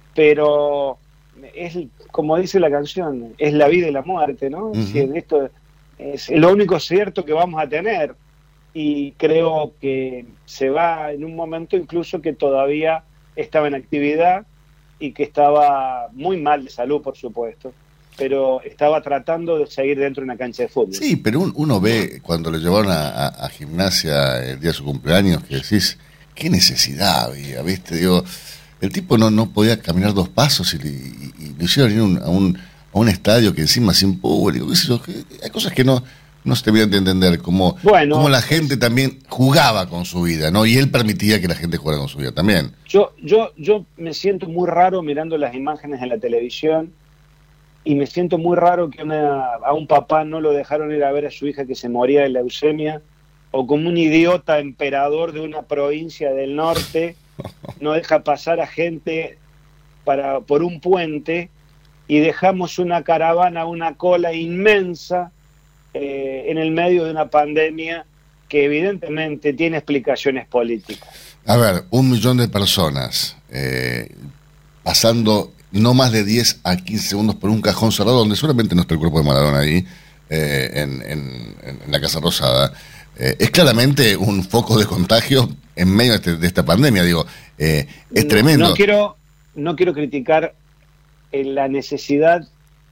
pero es como dice la canción, es la vida y la muerte, ¿no? Uh-huh. Si en esto es lo único cierto que vamos a tener, y creo que se va en un momento incluso que todavía estaba en actividad y que estaba muy mal de salud, por supuesto, pero estaba tratando de seguir dentro de una cancha de fútbol. Sí, pero un, uno ve cuando le llevaron a, a, a gimnasia el día de su cumpleaños, que decís, qué necesidad había, ¿viste? Digo, el tipo no, no podía caminar dos pasos y, y, y lo hicieron ir a un, a, un, a un estadio que encima sin público, qué sé yo, que hay cosas que no, no se terminan de entender, como, bueno, como la gente también jugaba con su vida, ¿no? Y él permitía que la gente jugara con su vida también. Yo, yo, yo me siento muy raro mirando las imágenes en la televisión, y me siento muy raro que una, a un papá no lo dejaron ir a ver a su hija que se moría de leucemia, o como un idiota emperador de una provincia del norte no deja pasar a gente para, por un puente, y dejamos una caravana, una cola inmensa eh, en el medio de una pandemia que evidentemente tiene explicaciones políticas. A ver, un millón de personas eh, pasando no más de diez a quince segundos por un cajón cerrado, donde seguramente no está el cuerpo de Maradona ahí, eh, en, en, en la Casa Rosada. Eh, es claramente un foco de contagio en medio de, este, de esta pandemia, digo, eh, es no, tremendo. No quiero, no quiero criticar eh, la necesidad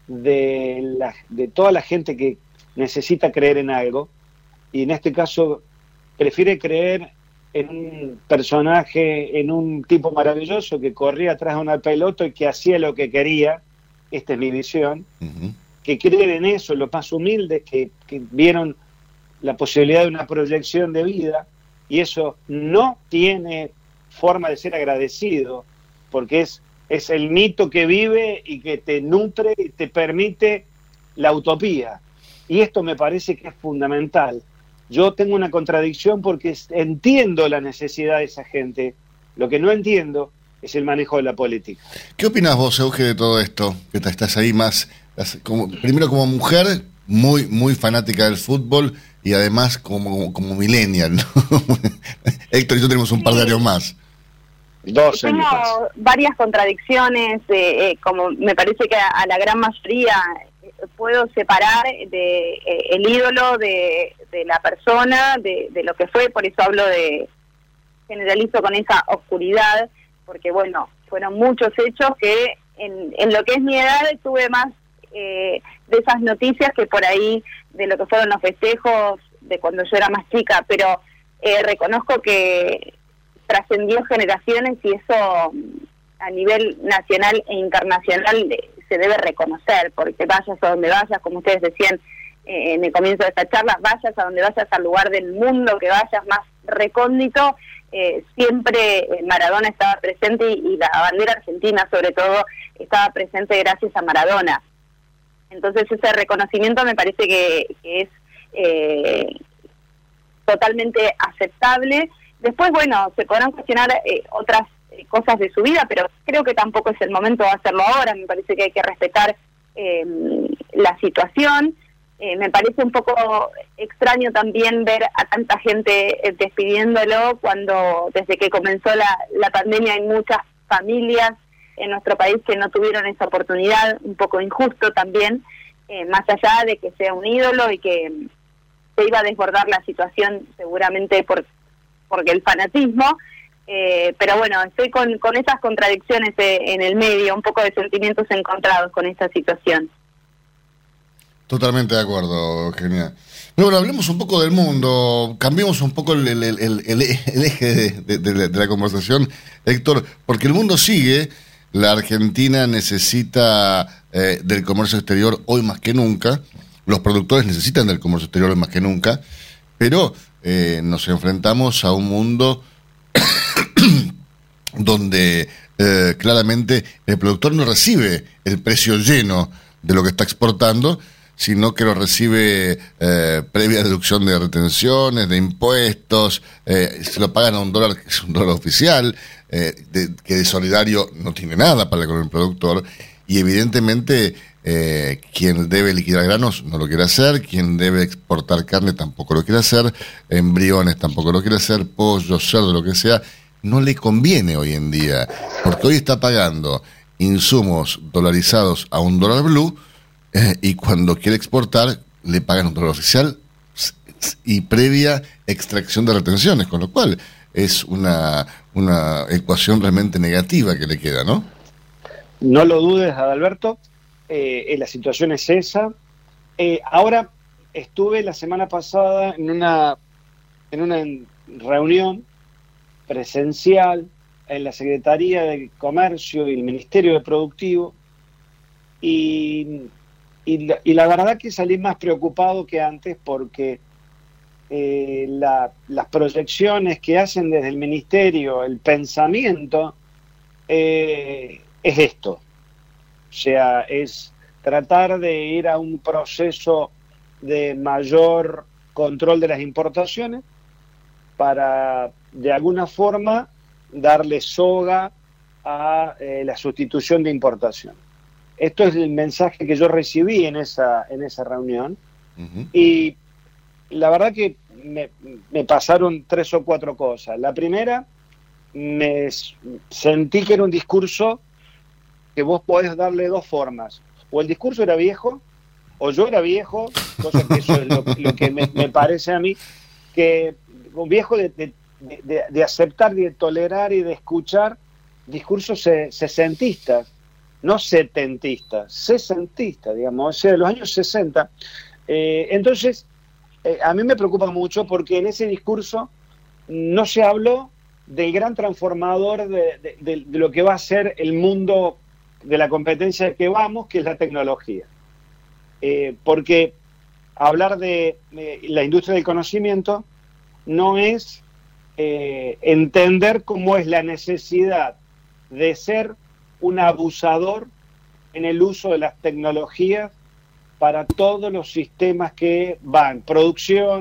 de, la, de toda la gente que necesita creer en algo, y en este caso prefiere creer en un personaje, en un tipo maravilloso que corría atrás de una pelota y que hacía lo que quería. Esta es mi visión. Uh-huh. Que creer en eso, los más humildes que, que vieron la posibilidad de una proyección de vida, y eso no tiene forma de ser agradecido, porque es, es el mito que vive y que te nutre y te permite la utopía. Y esto me parece que es fundamental. Yo tengo una contradicción porque entiendo la necesidad de esa gente. Lo que no entiendo es el manejo de la política. ¿Qué opinas vos, Euge, de todo esto? Que estás ahí más, como, primero como mujer, muy muy fanática del fútbol, y además como, como millennial, ¿no? Héctor y yo tenemos un par de años más. Dos Tengo años más. varias contradicciones, eh, eh, como me parece que a, a la gran mayoría puedo separar de eh, el ídolo de, de la persona, de, de lo que fue, por eso hablo de, generalizo con esa oscuridad, porque bueno, fueron muchos hechos que en, en lo que es mi edad tuve más eh, de esas noticias que por ahí de lo que fueron los festejos de cuando yo era más chica, pero eh, reconozco que trascendió generaciones y eso a nivel nacional e internacional se debe reconocer, porque vayas a donde vayas, como ustedes decían eh, en el comienzo de esta charla, vayas a donde vayas, al lugar del mundo que vayas más recóndito, eh, siempre eh, Maradona estaba presente y, y la bandera argentina sobre todo estaba presente gracias a Maradona. Entonces ese reconocimiento me parece que, que es eh, totalmente aceptable. Después, bueno, se podrán cuestionar eh, otras eh, cosas de su vida, pero creo que tampoco es el momento de hacerlo ahora. Me parece que hay que respetar eh, la situación. Eh, me parece un poco extraño también ver a tanta gente eh, despidiéndolo cuando desde que comenzó la, la pandemia hay muchas familias en nuestro país que no tuvieron esa oportunidad, un poco injusto también, eh, más allá de que sea un ídolo y que se iba a desbordar la situación seguramente por porque el fanatismo, eh, pero bueno, estoy con, con esas contradicciones eh, en el medio, un poco de sentimientos encontrados con esta situación. Totalmente de acuerdo, Eugenia. Pero bueno, hablemos un poco del mundo, cambiemos un poco el, el, el, el, el eje de, de, de, de la conversación, Héctor, porque el mundo sigue, la Argentina necesita eh, del comercio exterior hoy más que nunca, los productores necesitan del comercio exterior hoy más que nunca, pero eh, nos enfrentamos a un mundo donde eh, claramente el productor no recibe el precio lleno de lo que está exportando, sino que lo recibe eh, previa deducción de retenciones, de impuestos, eh, se lo pagan a un dólar que es un dólar oficial, eh, de, que de solidario no tiene nada para con el productor, y evidentemente eh, quien debe liquidar granos no lo quiere hacer, quien debe exportar carne tampoco lo quiere hacer, embriones tampoco lo quiere hacer, pollo, cerdo, lo que sea, no le conviene hoy en día, porque hoy está pagando insumos dolarizados a un dólar blue, eh, y cuando quiere exportar le pagan un dólar oficial y previa extracción de retenciones, con lo cual es una, una ecuación realmente negativa que le queda, ¿no? No lo dudes, Adalberto, eh, la situación es esa. Eh, ahora estuve la semana pasada en una, en una reunión presencial en la Secretaría de Comercio y el Ministerio de Productivo, y, y, la, y la verdad que salí más preocupado que antes porque eh, la, las proyecciones que hacen desde el Ministerio, el pensamiento, eh, es esto. O sea, es tratar de ir a un proceso de mayor control de las importaciones para, de alguna forma, darle soga a eh, la sustitución de importación. Esto es el mensaje que yo recibí en esa, en esa reunión. Uh-huh. Y la verdad que me, me pasaron tres o cuatro cosas. La primera, me sentí que era un discurso que vos podés darle dos formas. O el discurso era viejo, o yo era viejo, cosa que eso es lo, lo que me, me parece a mí, que un viejo de, de, de, de aceptar, de tolerar y de escuchar discursos se, sesentistas, no setentistas, sesentistas, digamos, o sea, de los años sesenta. Eh, entonces, eh, a mí me preocupa mucho porque en ese discurso no se habló del gran transformador de, de, de, de lo que va a ser el mundo de la competencia que vamos, que es la tecnología. Eh, porque hablar de eh, la industria del conocimiento no es eh, entender cómo es la necesidad de ser un abusador en el uso de las tecnologías para todos los sistemas que van, producción,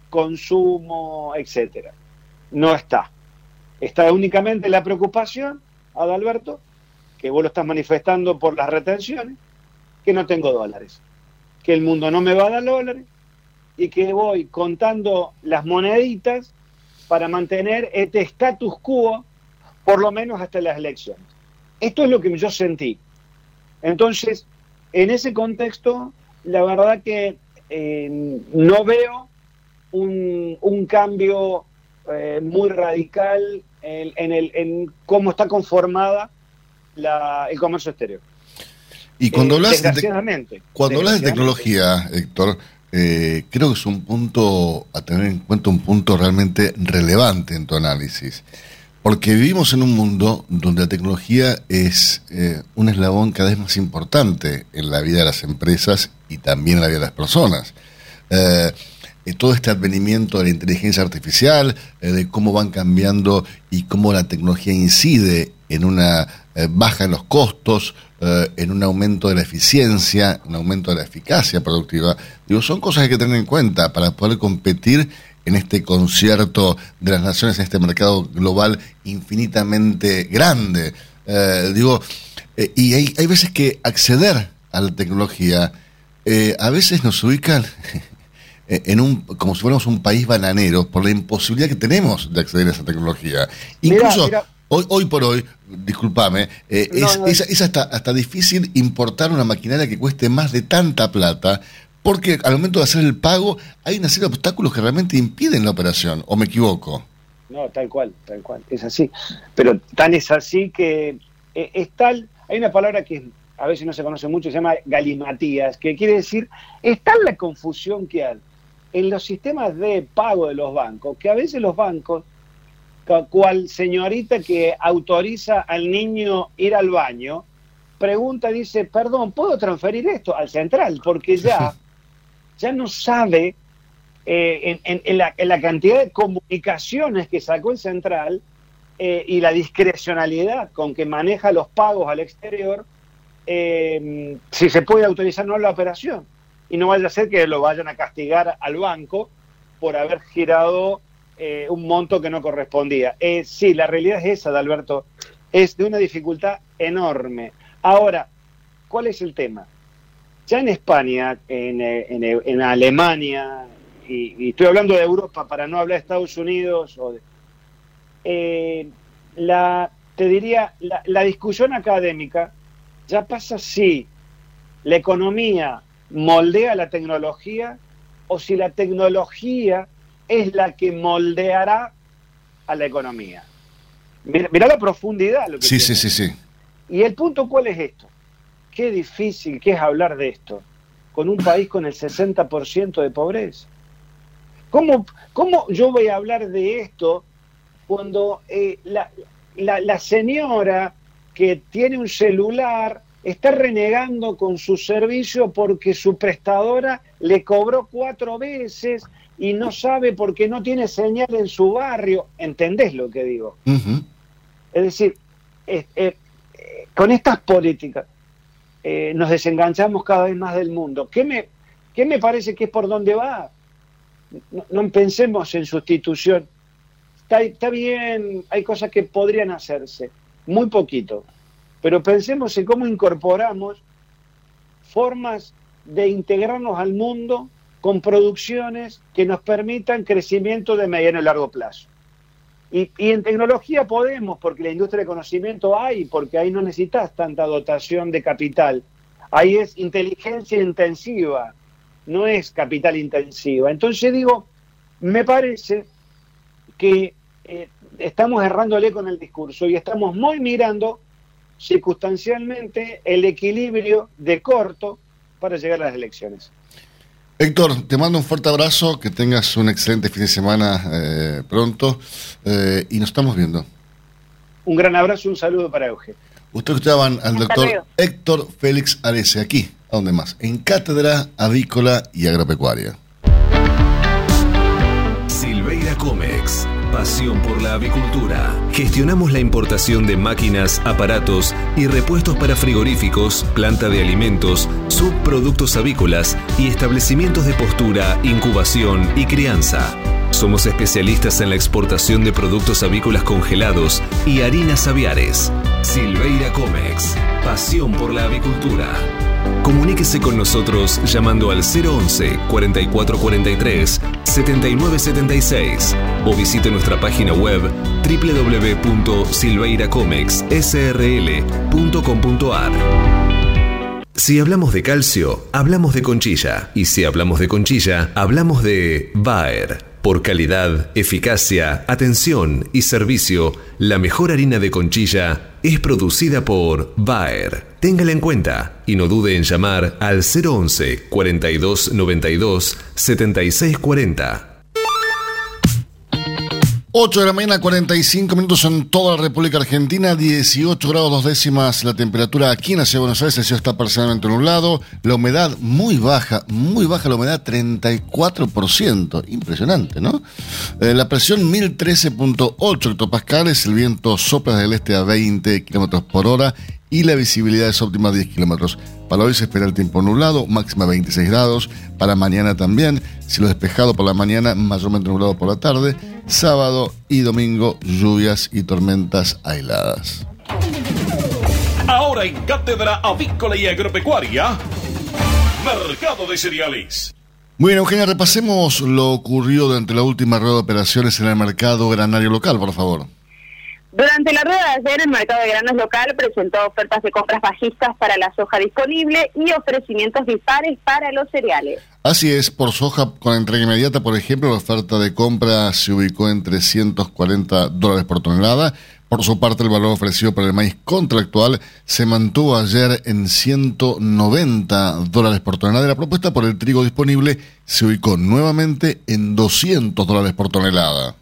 consumo, etcétera. No está. Está únicamente la preocupación, Adalberto, que vos lo estás manifestando por las retenciones, que no tengo dólares, que el mundo no me va a dar dólares y que voy contando las moneditas para mantener este status quo por lo menos hasta las elecciones. Esto es lo que yo sentí. Entonces, en ese contexto, la verdad que eh, no veo un, un cambio eh, muy radical en, en, el, en cómo está conformada la, el comercio exterior. Y cuando eh, hablas, desgraciadamente, de, cuando hablas de desgraciadamente. tecnología, Héctor, eh, creo que es un punto a tener en cuenta, un punto realmente relevante en tu análisis. Porque vivimos en un mundo donde la tecnología es eh, un eslabón cada vez más importante en la vida de las empresas y también en la vida de las personas. Eh, eh, todo este advenimiento de la inteligencia artificial, eh, de cómo van cambiando y cómo la tecnología incide en una eh, baja en los costos, eh, en un aumento de la eficiencia, un aumento de la eficacia productiva. Digo, son cosas que hay que tener en cuenta para poder competir en este concierto de las naciones, en este mercado global infinitamente grande. Eh, digo, eh, y hay, hay veces que acceder a la tecnología, eh, a veces nos ubican en un, como si fuéramos un país bananero, por la imposibilidad que tenemos de acceder a esa tecnología. Incluso, Mirá, mirá. Hoy, hoy por hoy, discúlpame, eh, No, es, no. es, es hasta, hasta difícil importar una maquinaria que cueste más de tanta plata, porque al momento de hacer el pago hay una serie de obstáculos que realmente impiden la operación, ¿o me equivoco? No, tal cual, tal cual, es así. Pero tan es así que eh, es tal, hay una palabra que a veces no se conoce mucho, se llama galimatías, que quiere decir, es tal la confusión que hay en los sistemas de pago de los bancos, que a veces los bancos, cual señorita que autoriza al niño ir al baño, pregunta, dice, perdón, ¿puedo transferir esto al central? Porque ya, ya no sabe eh, en, en, en, la, en la cantidad de comunicaciones que sacó el central eh, y la discrecionalidad con que maneja los pagos al exterior, eh, si se puede autorizar o no la operación. Y no vaya a ser que lo vayan a castigar al banco por haber girado eh, un monto que no correspondía. Eh, sí, la realidad es esa, Adalberto, es de una dificultad enorme. Ahora, ¿cuál es el tema? Ya en España, en, en, en Alemania, y, y estoy hablando de Europa para no hablar de Estados Unidos, o de, eh, la, te diría, la, la discusión académica ya pasa si la economía moldea la tecnología o si la tecnología es la que moldeará a la economía. Mirá, mirá la profundidad. Lo que Sí, tiene. sí, sí, sí. Y el punto, ¿cuál es esto? Qué difícil que es hablar de esto con un país con el sesenta por ciento de pobreza. ¿Cómo, cómo yo voy a hablar de esto cuando eh, la, la, la señora que tiene un celular está renegando con su servicio porque su prestadora le cobró cuatro veces y no sabe por qué no tiene señal en su barrio? ¿Entendés lo que digo? Uh-huh. Es decir, eh, eh, con estas políticas eh, nos desenganchamos cada vez más del mundo. ¿Qué me, qué me parece que es por donde va? No, no pensemos en sustitución. Está, está bien, hay cosas que podrían hacerse, muy poquito, pero pensemos en cómo incorporamos formas de integrarnos al mundo con producciones que nos permitan crecimiento de mediano y largo plazo. Y, y en tecnología podemos, porque la industria de conocimiento hay, porque ahí no necesitas tanta dotación de capital. Ahí es inteligencia intensiva, no es capital intensiva. Entonces digo, me parece que eh, estamos errándole con el discurso y estamos muy mirando circunstancialmente el equilibrio de corto para llegar a las elecciones. Héctor, te mando un fuerte abrazo, que tengas un excelente fin de semana eh, pronto eh, y nos estamos viendo. Un gran abrazo, un saludo para Euge. Ustedes escuchaban al Hasta doctor luego. Héctor Félix Arese, aquí, ¿a dónde más? En Cátedra Avícola y Agropecuaria. Silveira Comex, pasión por la avicultura. Gestionamos la importación de máquinas, aparatos y repuestos para frigoríficos, planta de alimentos, subproductos avícolas y establecimientos de postura, incubación y crianza. Somos especialistas en la exportación de productos avícolas congelados y harinas aviares. Silveira Comex, pasión por la avicultura. Comuníquese con nosotros llamando al cero once, cuarenta y cuatro cuarenta y tres, setenta y nueve setenta y seis o visite nuestra página web doble u doble u doble u punto silveira comex s r l punto com punto a r. Si hablamos de calcio, hablamos de Conchilla. Y si hablamos de Conchilla, hablamos de Bayer. Por calidad, eficacia, atención y servicio, la mejor harina de Conchilla es producida por Bayer. Téngala en cuenta y no dude en llamar al cero once, cuarenta y dos noventa y dos, setenta y seis cuarenta. ocho de la mañana, cuarenta y cinco minutos en toda la República Argentina, dieciocho grados dos décimas la temperatura aquí en la Ciudad de Buenos Aires. El cielo está parcialmente nublado, la humedad muy baja, muy baja la humedad, treinta y cuatro por ciento, impresionante, ¿no? Eh, la presión mil trece punto ocho hectopascales, el viento sopla del este a veinte kilómetros por hora y la visibilidad es óptima a diez kilómetros. Para hoy se espera el tiempo nublado, máxima veintiséis grados. Para mañana también, cielo despejado por la mañana, mayormente nublado por la tarde. Sábado y domingo, lluvias y tormentas aisladas. Ahora en Cátedra Avícola y Agropecuaria, Mercado de Cereales. Muy bien, Eugenia, repasemos lo ocurrido durante la última rueda de operaciones en el mercado granario local, por favor. Durante la rueda de ayer, el mercado de granos local presentó ofertas de compras bajistas para la soja disponible y ofrecimientos dispares para los cereales. Así es, por soja con entrega inmediata, por ejemplo, la oferta de compra se ubicó en trescientos cuarenta dólares por tonelada. Por su parte, el valor ofrecido para el maíz contractual se mantuvo ayer en ciento noventa dólares por tonelada. La propuesta por el trigo disponible se ubicó nuevamente en doscientos dólares por tonelada.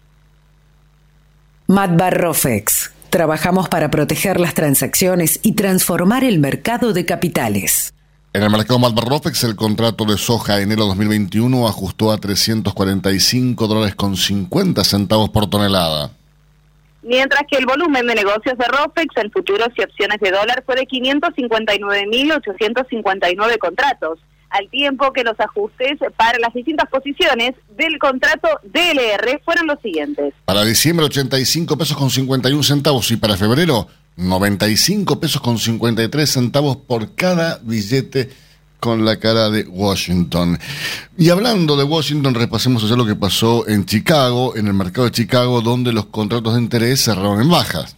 Matbar Rofex. Trabajamos para proteger las transacciones y transformar el mercado de capitales. En el mercado Matbar Rofex, el contrato de soja enero dos mil veintiuno ajustó a trescientos cuarenta y cinco dólares con cincuenta centavos por tonelada. Mientras que el volumen de negocios de Rofex en futuros y opciones de dólar fue de quinientos cincuenta y nueve mil ochocientos cincuenta y nueve contratos, al tiempo que los ajustes para las distintas posiciones del contrato D L R fueron los siguientes. Para diciembre, ochenta y cinco pesos con cincuenta y un centavos y para febrero, noventa y cinco pesos con cincuenta y tres centavos por cada billete con la cara de Washington. Y hablando de Washington, repasemos ayer lo que pasó en Chicago, en el mercado de Chicago, donde los contratos de interés cerraron en bajas.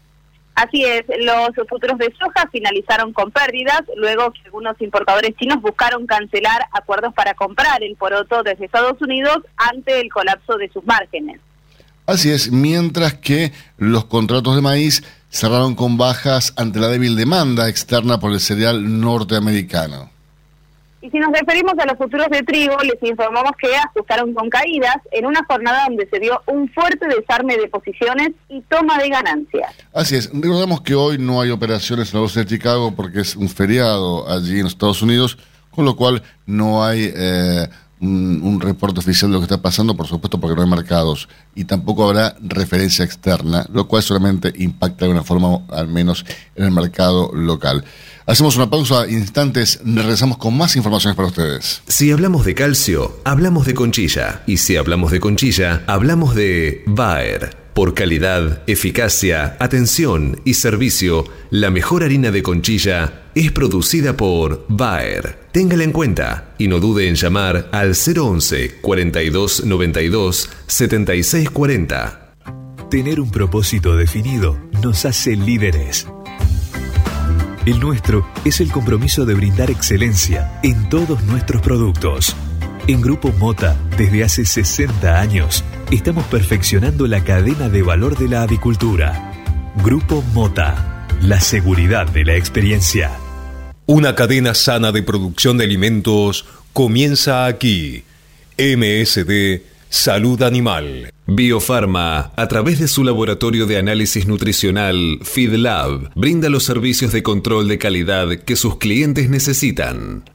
Así es, los futuros de soja finalizaron con pérdidas, luego que algunos importadores chinos buscaron cancelar acuerdos para comprar el poroto desde Estados Unidos ante el colapso de sus márgenes. Así es, mientras que los contratos de maíz cerraron con bajas ante la débil demanda externa por el cereal norteamericano. Y si nos referimos a los futuros de trigo, les informamos que ajustaron con caídas en una jornada donde se dio un fuerte desarme de posiciones y toma de ganancias. Así es, recordemos que hoy no hay operaciones en la bolsa de Chicago porque es un feriado allí en los Estados Unidos, con lo cual no hay eh, un, un reporte oficial de lo que está pasando, por supuesto porque no hay mercados, y tampoco habrá referencia externa, lo cual solamente impacta de una forma, al menos en el mercado local. Hacemos una pausa, instantes, regresamos con más informaciones para ustedes. Si hablamos de calcio, hablamos de Conchilla. Y si hablamos de Conchilla, hablamos de Bayer. Por calidad, eficacia, atención y servicio, la mejor harina de Conchilla es producida por Bayer. Téngala en cuenta y no dude en llamar al cero once, cuarenta y dos noventa y dos, setenta y seis cuarenta. Tener un propósito definido nos hace líderes. El nuestro es el compromiso de brindar excelencia en todos nuestros productos. En Grupo Mota, desde hace sesenta años, estamos perfeccionando la cadena de valor de la avicultura. Grupo Mota, la seguridad de la experiencia. Una cadena sana de producción de alimentos comienza aquí. M S D Salud Animal. Biofarma, a través de su laboratorio de análisis nutricional FeedLab, brinda los servicios de control de calidad que sus clientes necesitan.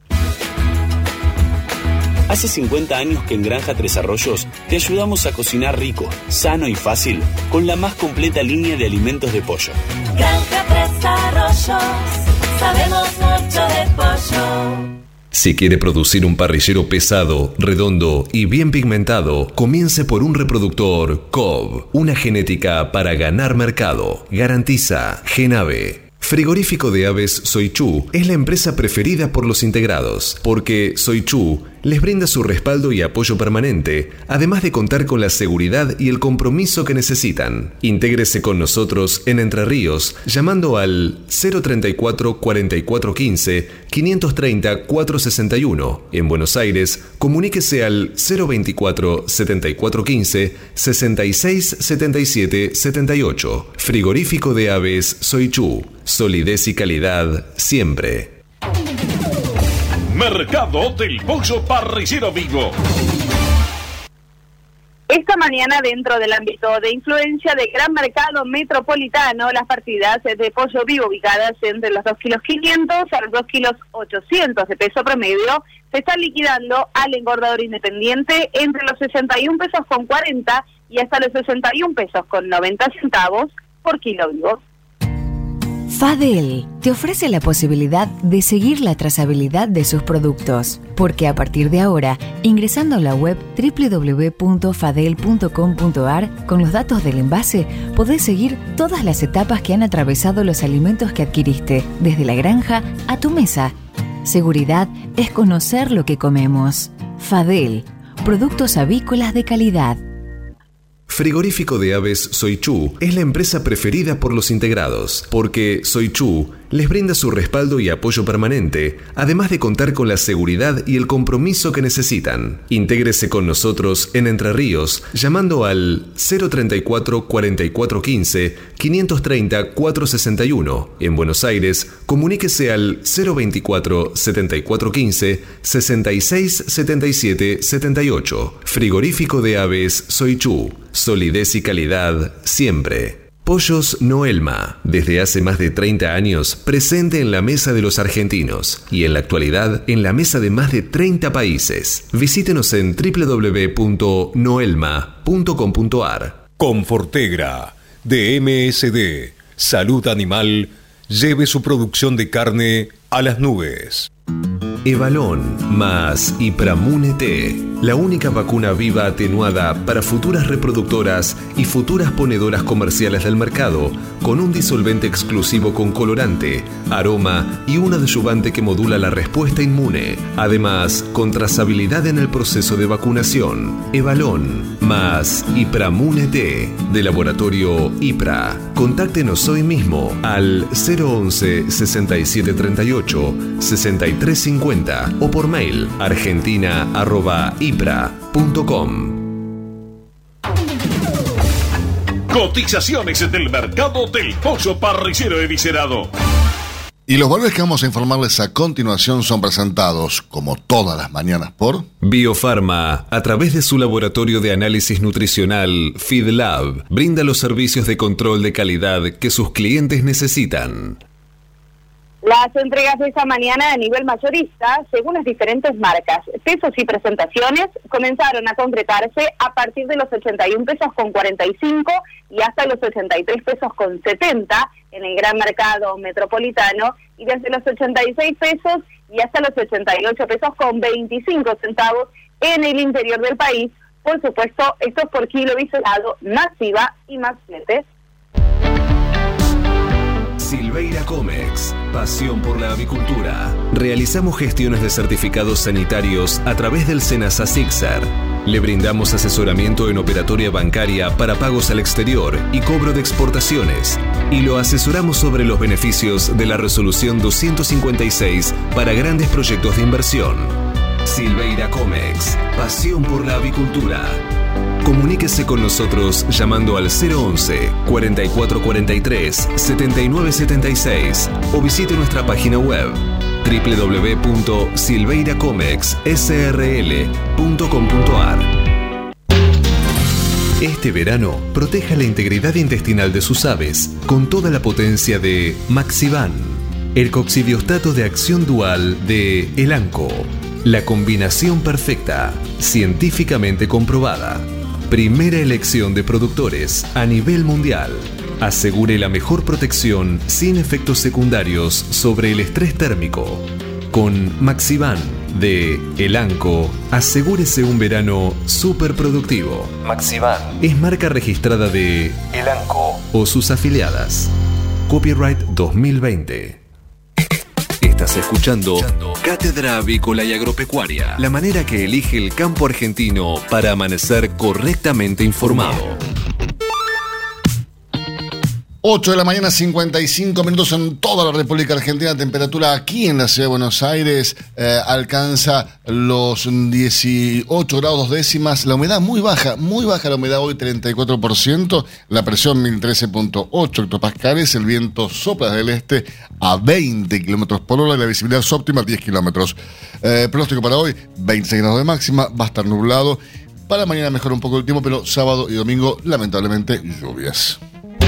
Hace cincuenta años que en Granja Tres Arroyos te ayudamos a cocinar rico, sano y fácil con la más completa línea de alimentos de pollo. Granja Tres Arroyos, sabemos mucho de pollo. Si quiere producir un parrillero pesado, redondo y bien pigmentado, comience por un reproductor C O V, una genética para ganar mercado. Garantiza Genave. Frigorífico de Aves Soichu es la empresa preferida por los integrados, porque Soichu les brinda su respaldo y apoyo permanente, además de contar con la seguridad y el compromiso que necesitan. Intégrese con nosotros en Entre Ríos llamando al cero treinta y cuatro, cuarenta y cuatro quince, quinientos treinta, cuatrocientos sesenta y uno. En Buenos Aires, comuníquese al cero veinticuatro, setenta y cuatro quince, sesenta y seis setenta y siete setenta y ocho. Frigorífico de Aves Soichu. Solidez y calidad siempre. Mercado del Pollo Parrillero Vivo. Esta mañana, dentro del ámbito de influencia de Gran Mercado Metropolitano, las partidas de pollo vivo ubicadas entre los dos kilos quinientos a los dos kilos ochocientos de peso promedio se están liquidando al engordador independiente entre los sesenta y un pesos con cuarenta y hasta los sesenta y un pesos con noventa centavos por kilo vivo. Fadel te ofrece la posibilidad de seguir la trazabilidad de sus productos, porque a partir de ahora, ingresando a la web doble u doble u doble u punto fadel punto com punto a r con los datos del envase, podés seguir todas las etapas que han atravesado los alimentos que adquiriste, desde la granja a tu mesa. Seguridad es conocer lo que comemos. Fadel, productos avícolas de calidad. Frigorífico de Aves Soichu es la empresa preferida por los integrados, porque Soichu les brinda su respaldo y apoyo permanente, además de contar con la seguridad y el compromiso que necesitan. Intégrese con nosotros en Entre Ríos llamando al cero treinta y cuatro, cuarenta y cuatro quince, quinientos treinta, cuatrocientos sesenta y uno. En Buenos Aires, comuníquese al cero veinticuatro, setenta y cuatro quince, sesenta y seis setenta y siete setenta y ocho. Frigorífico de Aves Soichu. Solidez y calidad siempre. Pollos Noelma, desde hace más de treinta años, presente en la mesa de los argentinos y en la actualidad en la mesa de más de treinta países. Visítenos en doble u doble u doble u punto noelma punto com punto a r. Confortegra, de M S D, Salud Animal, lleve su producción de carne a las nubes. Evalon más Ipramune T, la única vacuna viva atenuada para futuras reproductoras y futuras ponedoras comerciales del mercado, con un disolvente exclusivo con colorante, aroma y un adyuvante que modula la respuesta inmune. Además, con trazabilidad en el proceso de vacunación. Evalon más Ipramune T, de laboratorio IPRA. Contáctenos hoy mismo al cero once, sesenta y siete treinta y ocho, sesenta y tres cincuenta o por mail argentina arroba ipra punto com. Cotizaciones del mercado del pollo parrillero eviscerado. Y los valores que vamos a informarles a continuación son presentados, como todas las mañanas, por Biofarma, a través de su laboratorio de análisis nutricional FeedLab, brinda los servicios de control de calidad que sus clientes necesitan. Las entregas de esta mañana a nivel mayorista, según las diferentes marcas, pesos y presentaciones, comenzaron a concretarse a partir de los ochenta y un pesos con cuarenta y cinco y hasta los ochenta y tres pesos con setenta en el Gran Mercado Metropolitano, y desde los ochenta y seis pesos y hasta los ochenta y ocho pesos con veinticinco centavos en el interior del país. Por supuesto, esto es por kilo biselado, más I V A y más flete. Silveira Comex, pasión por la avicultura. Realizamos gestiones de certificados sanitarios a través del SENASA SICSAR. Le brindamos asesoramiento en operatoria bancaria para pagos al exterior y cobro de exportaciones. Y lo asesoramos sobre los beneficios de la resolución doscientos cincuenta y seis para grandes proyectos de inversión. Silveira Comex, pasión por la avicultura. Comuníquese con nosotros llamando al cero once, cuarenta y cuatro cuarenta y tres, setenta y nueve setenta y seis o visite nuestra página web doble u doble u doble u punto silveira comex s r l punto com punto a r. Este verano, proteja la integridad intestinal de sus aves con toda la potencia de Maxivan, el coccidiostato de acción dual de Elanco. La combinación perfecta, científicamente comprobada. Primera elección de productores a nivel mundial. Asegure la mejor protección sin efectos secundarios sobre el estrés térmico. Con Maxivan de Elanco, asegúrese un verano súper productivo. Maxivan es marca registrada de Elanco o sus afiliadas. Copyright dos mil veinte. Estás escuchando Cátedra Avícola y Agropecuaria, la manera que elige el campo argentino para amanecer correctamente informado. ocho de la mañana, cincuenta y cinco minutos en toda la República Argentina. Temperatura aquí en la ciudad de Buenos Aires eh, alcanza los dieciocho grados dos décimas. La humedad muy baja, muy baja la humedad hoy, treinta y cuatro por ciento. La presión mil trece punto ocho hectopascales. El viento sopla desde el este a veinte kilómetros por hora y la visibilidad es óptima, diez kilómetros. Eh, pronóstico para hoy, veintiséis grados de máxima, va a estar nublado. Para mañana mejora un poco el tiempo, pero sábado y domingo, lamentablemente, lluvias.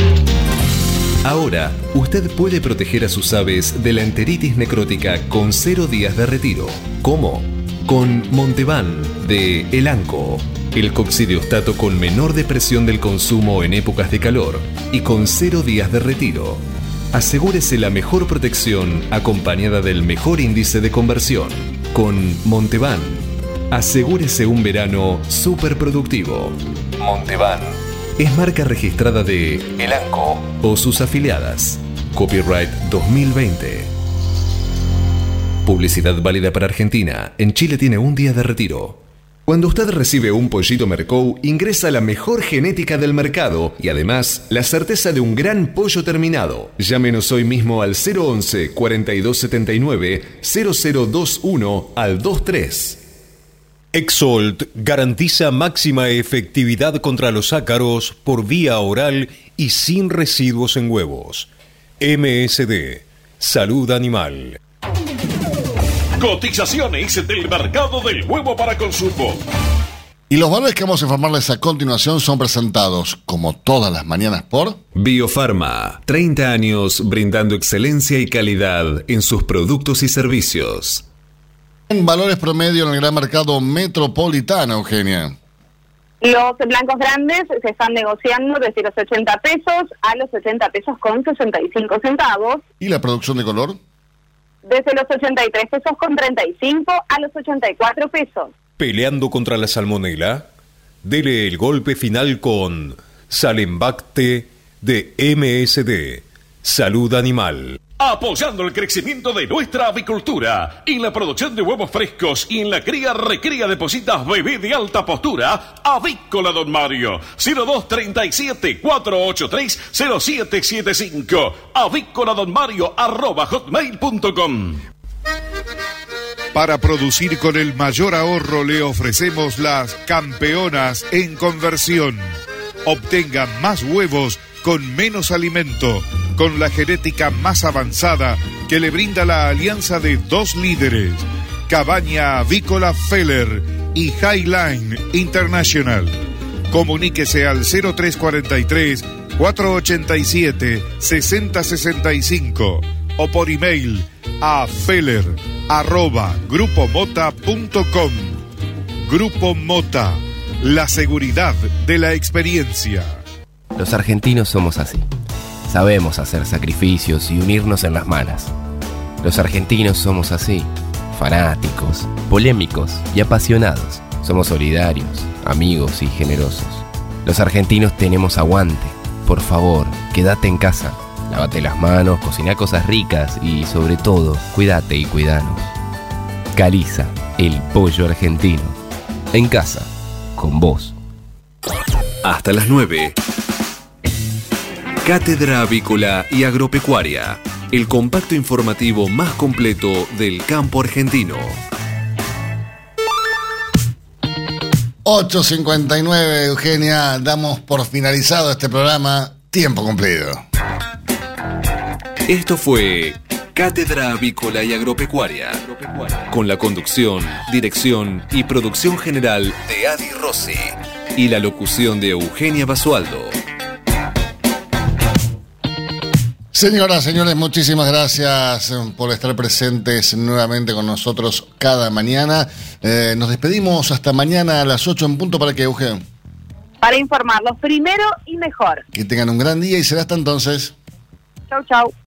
Ahora, usted puede proteger a sus aves de la enteritis necrótica con cero días de retiro. ¿Cómo? Con Montevan de Elanco, el coccidiostato con menor depresión del consumo en épocas de calor y con cero días de retiro. Asegúrese la mejor protección acompañada del mejor índice de conversión. Con Montevan, asegúrese un verano súper productivo. Montevan es marca registrada de Elanco o sus afiliadas. Copyright dos mil veinte. Publicidad válida para Argentina. En Chile tiene un día de retiro. Cuando usted recibe un pollito Mercou, ingresa la mejor genética del mercado y además la certeza de un gran pollo terminado. Llámenos hoy mismo al cero once, cuarenta y dos setenta y nueve, cero cero veintiuno al veintitrés. Exolt garantiza máxima efectividad contra los ácaros por vía oral y sin residuos en huevos. M S D, Salud Animal. Cotizaciones del mercado del huevo para consumo. Y los valores que vamos a informarles a continuación son presentados, como todas las mañanas, por Biofarma, treinta años brindando excelencia y calidad en sus productos y servicios. En valores promedio en el gran mercado metropolitano, Eugenia. Los blancos grandes se están negociando desde los ochenta pesos a los setenta pesos con sesenta y cinco centavos. ¿Y la producción de color? Desde los ochenta y tres pesos con treinta y cinco a los ochenta y cuatro pesos. Peleando contra la salmonela, dele el golpe final con Salembacte de M S D, Salud Animal. Apoyando el crecimiento de nuestra avicultura, en la producción de huevos frescos y en la cría recría de positas bebé de alta postura, Avícola Don Mario, cero dos treinta y siete, cuatrocientos ochenta y tres, cero siete siete cinco, avícola don mario arroba hotmail punto com. Para producir con el mayor ahorro le ofrecemos las campeonas en conversión. Obtenga más huevos con menos alimento, con la genética más avanzada que le brinda la alianza de dos líderes, Cabaña Avícola Feller y Highline International. Comuníquese al cero tres cuarenta y tres, cuatrocientos ochenta y siete, sesenta sesenta y cinco o por email a feller arroba grupomota punto com. Grupo Mota, la seguridad de la experiencia. Los argentinos somos así. Sabemos hacer sacrificios y unirnos en las malas. Los argentinos somos así, fanáticos, polémicos y apasionados. Somos solidarios, amigos y generosos. Los argentinos tenemos aguante. Por favor, quédate en casa. Lávate las manos, cocina cosas ricas y, sobre todo, cuídate y cuidanos. Caliza, el pollo argentino. En casa, con vos. Hasta las nueve. Cátedra Avícola y Agropecuaria, el compacto informativo más completo del campo argentino. ocho cincuenta y nueve, Eugenia, damos por finalizado este programa. Tiempo cumplido. Esto fue Cátedra Avícola y Agropecuaria, con la conducción, dirección y producción general de Adi Rossi y la locución de Eugenia Basualdo. Señoras, señores, muchísimas gracias por estar presentes nuevamente con nosotros cada mañana. Eh, nos despedimos hasta mañana a las ocho en punto. ¿Para qué, Eugen? Para informarlos primero y mejor. Que tengan un gran día y será hasta entonces. Chau, chau.